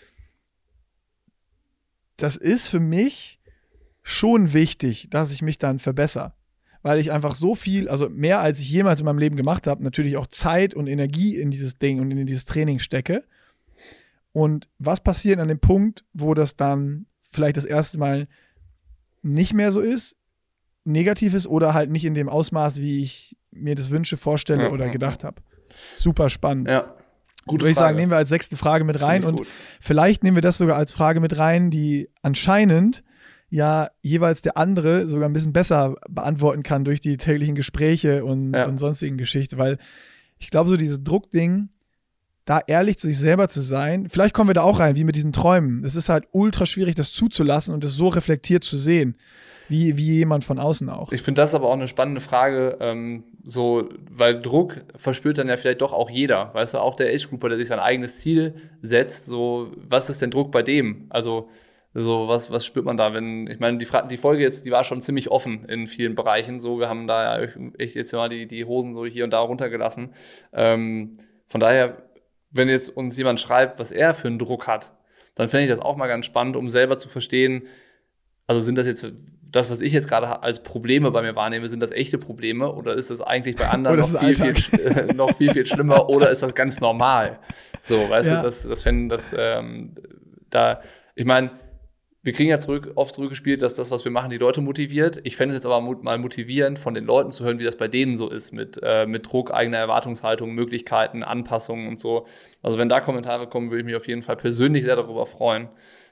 das ist für mich schon wichtig, dass ich mich dann verbessere. Weil ich einfach so viel, also mehr als ich jemals in meinem Leben gemacht habe, natürlich auch Zeit und Energie in dieses Ding und in dieses Training stecke. Und was passiert an dem Punkt, wo das dann vielleicht das erste Mal nicht mehr so ist, negativ ist oder halt nicht in dem Ausmaß, wie ich mir das wünsche, vorstelle oder gedacht habe. Super spannend. Ja. Gute Würde ich sagen, nehmen wir als 6. Frage mit rein und vielleicht nehmen wir das sogar als Frage mit rein, die anscheinend ja jeweils der andere sogar ein bisschen besser beantworten kann durch die täglichen Gespräche und sonstigen Geschichten, weil ich glaube, so dieses Druckding, da ehrlich zu sich selber zu sein, vielleicht kommen wir da auch rein, wie mit diesen Träumen. Es ist halt ultra schwierig, das zuzulassen und das so reflektiert zu sehen, wie jemand von außen auch. Ich finde das aber auch eine spannende Frage, weil Druck verspürt dann ja vielleicht doch auch jeder, weißt du, auch der Age-Grouper, der sich sein eigenes Ziel setzt, so, was ist denn Druck bei dem? Also, so, was spürt man da, ich meine, die Folge jetzt, die war schon ziemlich offen in vielen Bereichen, so, wir haben da ja echt jetzt mal die Hosen so hier und da runtergelassen. Von daher, wenn jetzt uns jemand schreibt, was er für einen Druck hat, dann fände ich das auch mal ganz spannend, um selber zu verstehen, also sind das jetzt, das, was ich jetzt gerade als Probleme bei mir wahrnehme, sind das echte Probleme oder ist das eigentlich bei anderen noch viel schlimmer oder ist das ganz normal? So, weißt du, ich meine, wir kriegen ja oft zurückgespielt, dass das, was wir machen, die Leute motiviert. Ich fände es jetzt aber mal motivierend, von den Leuten zu hören, wie das bei denen so ist, mit Druck, eigener Erwartungshaltung, Möglichkeiten, Anpassungen und so. Also wenn da Kommentare kommen, würde ich mich auf jeden Fall persönlich sehr darüber freuen.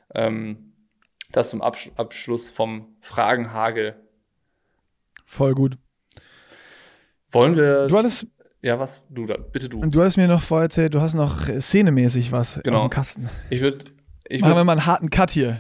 Das zum Abschluss vom Fragenhagel. Voll gut. Wollen wir... Du hattest... Ja, was? Bitte du. Und du hast mir noch vorher erzählt, du hast noch szenemäßig was auf dem Kasten. Machen wir mal einen harten Cut hier.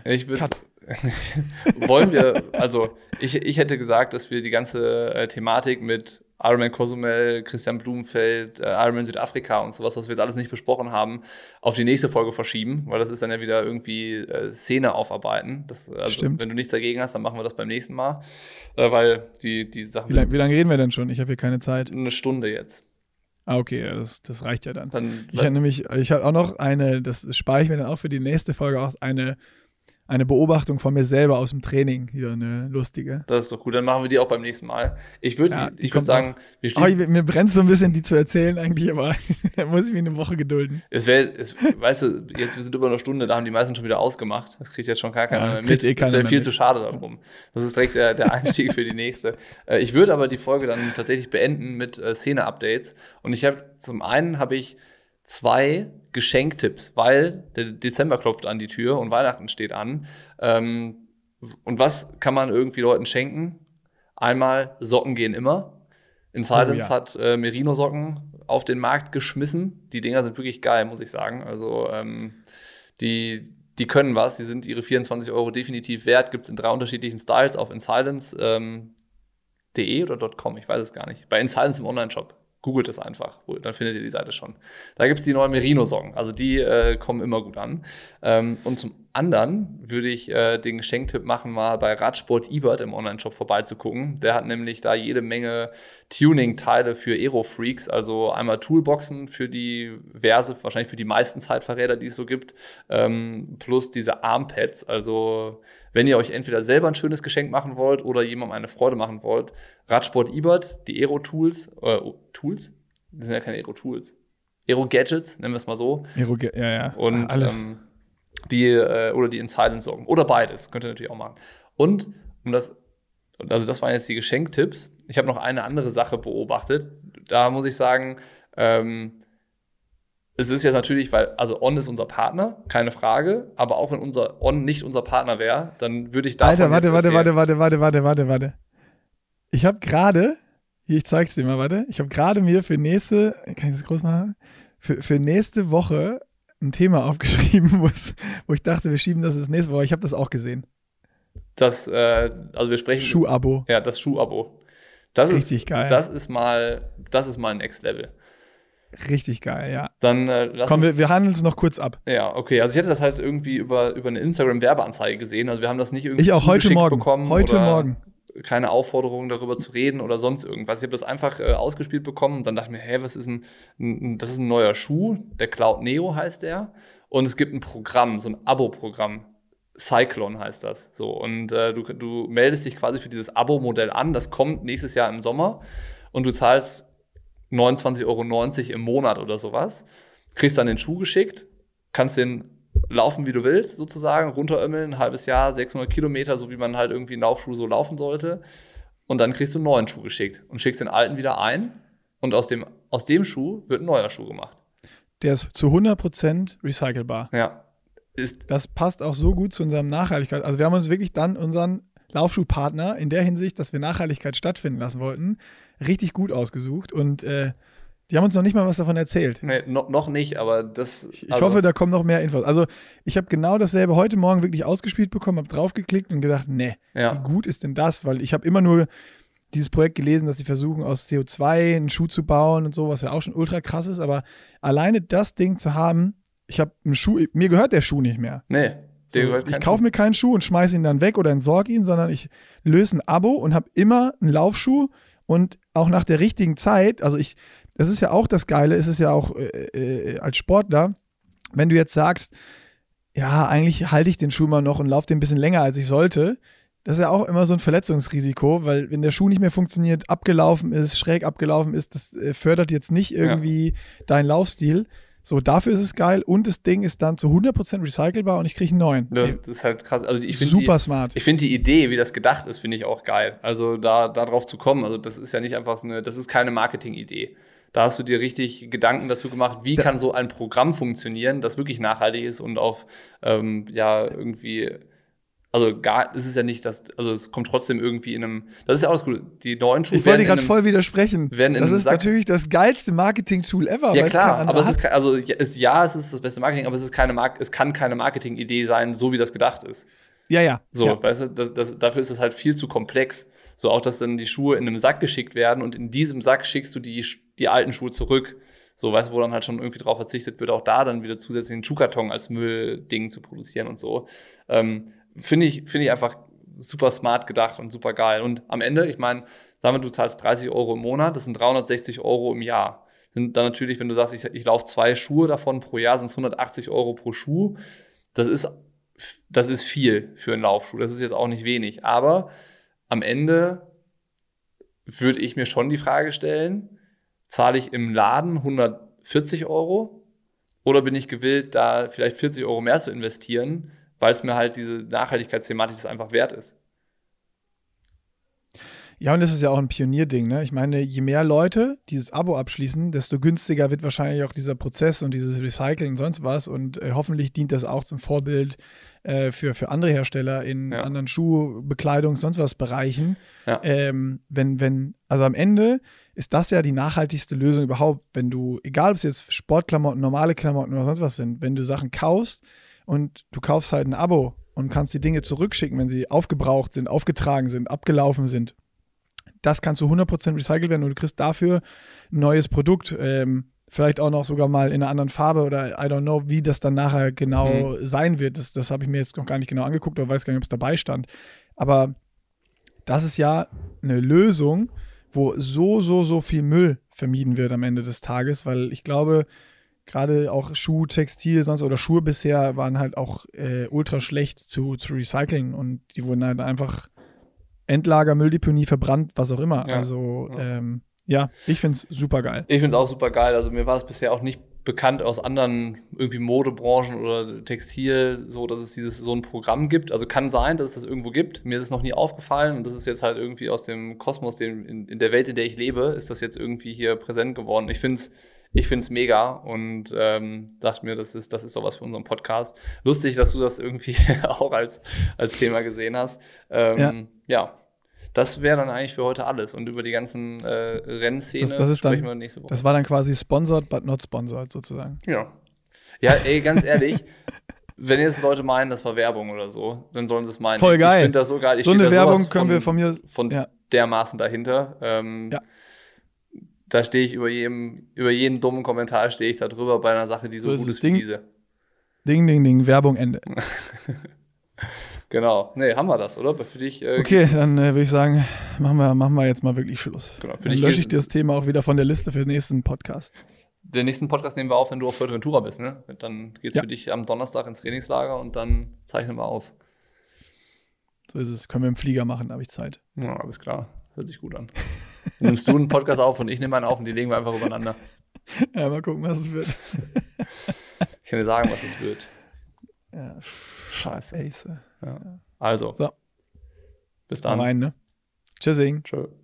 Wollen wir, also ich hätte gesagt, dass wir die ganze Thematik mit Ironman Cozumel, Christian Blumenfeld, Ironman Südafrika und sowas, was wir jetzt alles nicht besprochen haben, auf die nächste Folge verschieben, weil das ist dann ja wieder irgendwie Szene aufarbeiten. Stimmt. Wenn du nichts dagegen hast, dann machen wir das beim nächsten Mal, weil die Sachen... Wie lange reden wir denn schon? Ich habe hier keine Zeit. Eine Stunde jetzt. Ah, okay, das reicht ja dann. Ich habe auch noch das spare ich mir dann auch für die nächste Folge aus, eine Beobachtung von mir selber aus dem Training, wieder eine lustige. Das ist doch gut, dann machen wir die auch beim nächsten Mal. Ich würde sagen, wir schließen... mir brennt so ein bisschen, die zu erzählen eigentlich, aber da muss ich mich eine Woche gedulden. Weißt du, jetzt wir sind über eine Stunde, da haben die meisten schon wieder ausgemacht. Das kriegt jetzt schon gar keiner mehr mit. Das wäre viel zu schade darum. Das ist direkt der Einstieg für die nächste. Ich würde aber die Folge dann tatsächlich beenden mit Szene-Updates. Und zum einen habe ich 2 Geschenktipps, weil der Dezember klopft an die Tür und Weihnachten steht an. Und was kann man irgendwie Leuten schenken? Einmal, Socken gehen immer. In Silence hat Merino-Socken auf den Markt geschmissen. Die Dinger sind wirklich geil, muss ich sagen. Also die können was. Die sind ihre 24 € definitiv wert. Gibt es in 3 unterschiedlichen Styles auf insilence.de oder .com, ich weiß es gar nicht. Bei Insilence im Online-Shop. Googelt es einfach, dann findet ihr die Seite schon. Da gibt es die neuen Merino-Socken, also die kommen immer gut an. Und zum anderen würde ich den Geschenktipp machen, mal bei Radsport Ebert im Online-Shop vorbeizugucken. Der hat nämlich da jede Menge Tuning-Teile für Aero-Freaks, also einmal Toolboxen für diverse, wahrscheinlich für die meisten Zeitfahrräder, die es so gibt, plus diese Armpads. Also wenn ihr euch entweder selber ein schönes Geschenk machen wollt oder jemandem eine Freude machen wollt, Radsport Ebert, die Aero-Tools, Tools? Das sind ja keine Aero-Tools. Aero-Gadgets, nennen wir es mal so. Ja. Und alles. Die Insilence-Socken. Oder beides, könnt ihr natürlich auch machen. Und das waren jetzt die Geschenktipps. Ich habe noch eine andere Sache beobachtet. Da muss ich sagen, es ist jetzt natürlich, also On ist unser Partner, keine Frage, aber auch wenn unser On nicht unser Partner wäre, dann würde ich davon Warte. Ich habe gerade, ich zeig's dir mal, warte, ich habe gerade mir für nächste, kann ich das groß machen? Für nächste Woche ein Thema aufgeschrieben, wo ich dachte, wir schieben das ins nächste Woche. Ich habe das auch gesehen. Also wir sprechen... Schuhabo. Ja, das Schuhabo. Richtig geil. Das ist mal Next Level. Richtig geil, ja. Dann komm, wir handeln es noch kurz ab. Ja, okay. Also ich hätte das halt irgendwie über eine Instagram-Werbeanzeige gesehen. Also wir haben das nicht irgendwie ich auch heute Morgen bekommen. Heute Morgen. Keine Aufforderung, darüber zu reden oder sonst irgendwas. Ich habe das einfach ausgespielt bekommen und dann dachte ich mir, was ist das ist ein neuer Schuh, der Cloud Neo heißt der. Und es gibt ein Programm, so ein Abo-Programm. Cyclone heißt das. So, und du meldest dich quasi für dieses Abo-Modell an. Das kommt nächstes Jahr im Sommer und du zahlst 29,90 € im Monat oder sowas. Kriegst dann den Schuh geschickt, kannst den laufen, wie du willst, sozusagen, runterömmeln, ein halbes Jahr, 600 Kilometer, so wie man halt irgendwie einen Laufschuh so laufen sollte. Und dann kriegst du einen neuen Schuh geschickt und schickst den alten wieder ein. Und aus dem Schuh wird ein neuer Schuh gemacht. Der ist zu 100% recycelbar. Ja. Das passt auch so gut zu unserem Nachhaltigkeit. Also wir haben uns wirklich dann unseren Laufschuhpartner in der Hinsicht, dass wir Nachhaltigkeit stattfinden lassen wollten, richtig gut ausgesucht. Und die haben uns noch nicht mal was davon erzählt. Nee, noch nicht, aber das... Ich hoffe, da kommen noch mehr Infos. Also ich habe genau dasselbe heute Morgen wirklich ausgespielt bekommen, habe draufgeklickt und gedacht, wie gut ist denn das? Weil ich habe immer nur dieses Projekt gelesen, dass sie versuchen, aus CO2 einen Schuh zu bauen und so, was ja auch schon ultra krass ist. Aber alleine das Ding zu haben, ich habe einen Schuh, mir gehört der Schuh nicht mehr. Nee. Ich kaufe mir keinen Schuh und schmeiße ihn dann weg oder entsorge ihn, sondern ich löse ein Abo und habe immer einen Laufschuh und auch nach der richtigen Zeit, das ist ja auch das Geile, ist es ja auch als Sportler, wenn du jetzt sagst, ja, eigentlich halte ich den Schuh mal noch und laufe den ein bisschen länger, als ich sollte, das ist ja auch immer so ein Verletzungsrisiko, weil wenn der Schuh nicht mehr funktioniert, abgelaufen ist, schräg abgelaufen ist, das fördert jetzt nicht irgendwie deinen Laufstil. So, dafür ist es geil und das Ding ist dann zu 100% recycelbar und ich kriege einen neuen. Das ist halt krass. Also ich finde super smart. Ich finde die Idee, wie das gedacht ist, finde ich auch geil. Also da drauf zu kommen, also das ist ja nicht einfach das ist keine Marketing-Idee. Da hast du dir richtig Gedanken dazu gemacht, wie kann so ein Programm funktionieren, das wirklich nachhaltig ist und auf irgendwie. Also ist es ja nicht, also es kommt trotzdem irgendwie in einem, das ist ja auch das Gute, die neuen Schuhe ich wollte gerade voll widersprechen. Das ist natürlich das geilste Marketing-Tool ever. Ja klar, aber es ist das beste Marketing, aber es kann keine Marketing-Idee sein, so wie das gedacht ist. Ja. So, ja. Weißt du, dafür ist es halt viel zu komplex. So auch, dass dann die Schuhe in einem Sack geschickt werden und in diesem Sack schickst du die alten Schuhe zurück. So, weißt du, wo dann halt schon irgendwie drauf verzichtet wird, auch da dann wieder zusätzlich einen Schuhkarton als Müllding zu produzieren und so. Finde ich einfach super smart gedacht und super geil. Und am Ende, ich meine, sagen wir, du zahlst 30 € im Monat, das sind 360 € im Jahr. Sind dann natürlich, wenn du sagst, ich laufe 2 Schuhe davon pro Jahr, sind es 180 € pro Schuh. Das ist viel für einen Laufschuh. Das ist jetzt auch nicht wenig. Aber am Ende würde ich mir schon die Frage stellen, zahle ich im Laden 140 € oder bin ich gewillt, da vielleicht 40 € mehr zu investieren, weil es mir halt diese Nachhaltigkeitsthematik das einfach wert ist. Ja, und das ist ja auch ein Pionierding, ne? Ich meine, je mehr Leute dieses Abo abschließen, desto günstiger wird wahrscheinlich auch dieser Prozess und dieses Recyceln und sonst was. Und hoffentlich dient das auch zum Vorbild für andere Hersteller in anderen Schuhbekleidung, sonst was Bereichen. Ja. Also am Ende ist das ja die nachhaltigste Lösung überhaupt, wenn du, egal ob es jetzt Sportklamotten, normale Klamotten oder sonst was sind, wenn du Sachen kaufst und du kaufst halt ein Abo und kannst die Dinge zurückschicken, wenn sie aufgebraucht sind, aufgetragen sind, abgelaufen sind. Das kannst du 100% recycelt werden und du kriegst dafür ein neues Produkt. Vielleicht auch noch sogar mal in einer anderen Farbe oder I don't know, wie das dann nachher genau sein wird. Das habe ich mir jetzt noch gar nicht genau angeguckt oder weiß gar nicht, ob es dabei stand. Aber das ist ja eine Lösung, wo so viel Müll vermieden wird am Ende des Tages, weil ich glaube, gerade auch Schuh, Textil, sonst oder Schuhe bisher waren halt auch ultra schlecht zu recyceln und die wurden halt einfach Endlager, Mülldeponie, verbrannt, was auch immer. Ja. Also ich finde es super geil. Ich finde es auch super geil. Also mir war es bisher auch nicht bekannt aus anderen irgendwie Modebranchen oder Textil, so dass es so ein Programm gibt. Also kann sein, dass es das irgendwo gibt. Mir ist es noch nie aufgefallen und das ist jetzt halt irgendwie aus dem Kosmos, in der Welt, in der ich lebe, ist das jetzt irgendwie hier präsent geworden. Ich finde es mega und dachte mir, das ist sowas für unseren Podcast. Lustig, dass du das irgendwie auch als Thema gesehen hast. Ja. Das wäre dann eigentlich für heute alles. Und über die ganzen Rennszene sprechen wir nächste Woche. Das war dann quasi sponsored, but not sponsored sozusagen. Ja. Ja, ey, ganz ehrlich, wenn jetzt Leute meinen, das war Werbung oder so, dann sollen sie es meinen. Voll geil. Ich finde das so geil. So eine Werbung können wir von mir dermaßen dahinter. Da stehe ich über jeden dummen Kommentar stehe ich da drüber bei einer Sache, die so gut ist wie diese. Ding, Werbung, Ende. Genau. Nee, haben wir das, oder? Für dich. Okay, dann würde ich sagen, machen wir jetzt mal wirklich Schluss. Genau, dann lösche ich das Thema auch wieder von der Liste für den nächsten Podcast. Den nächsten Podcast nehmen wir auf, wenn du auf Fuerteventura bist, ne? Dann geht's für dich am Donnerstag ins Trainingslager und dann zeichnen wir auf. So ist es. Können wir im Flieger machen, da habe ich Zeit. Ja, alles klar. Hört sich gut an. Dann nimmst du einen Podcast auf und ich nehme einen auf und die legen wir einfach übereinander. Ja, mal gucken, was es wird. Ich kann dir sagen, was es wird. Ja, scheiße. Ja. Also. So. Bis dann. Rein, ne? Tschüssing. Tschö.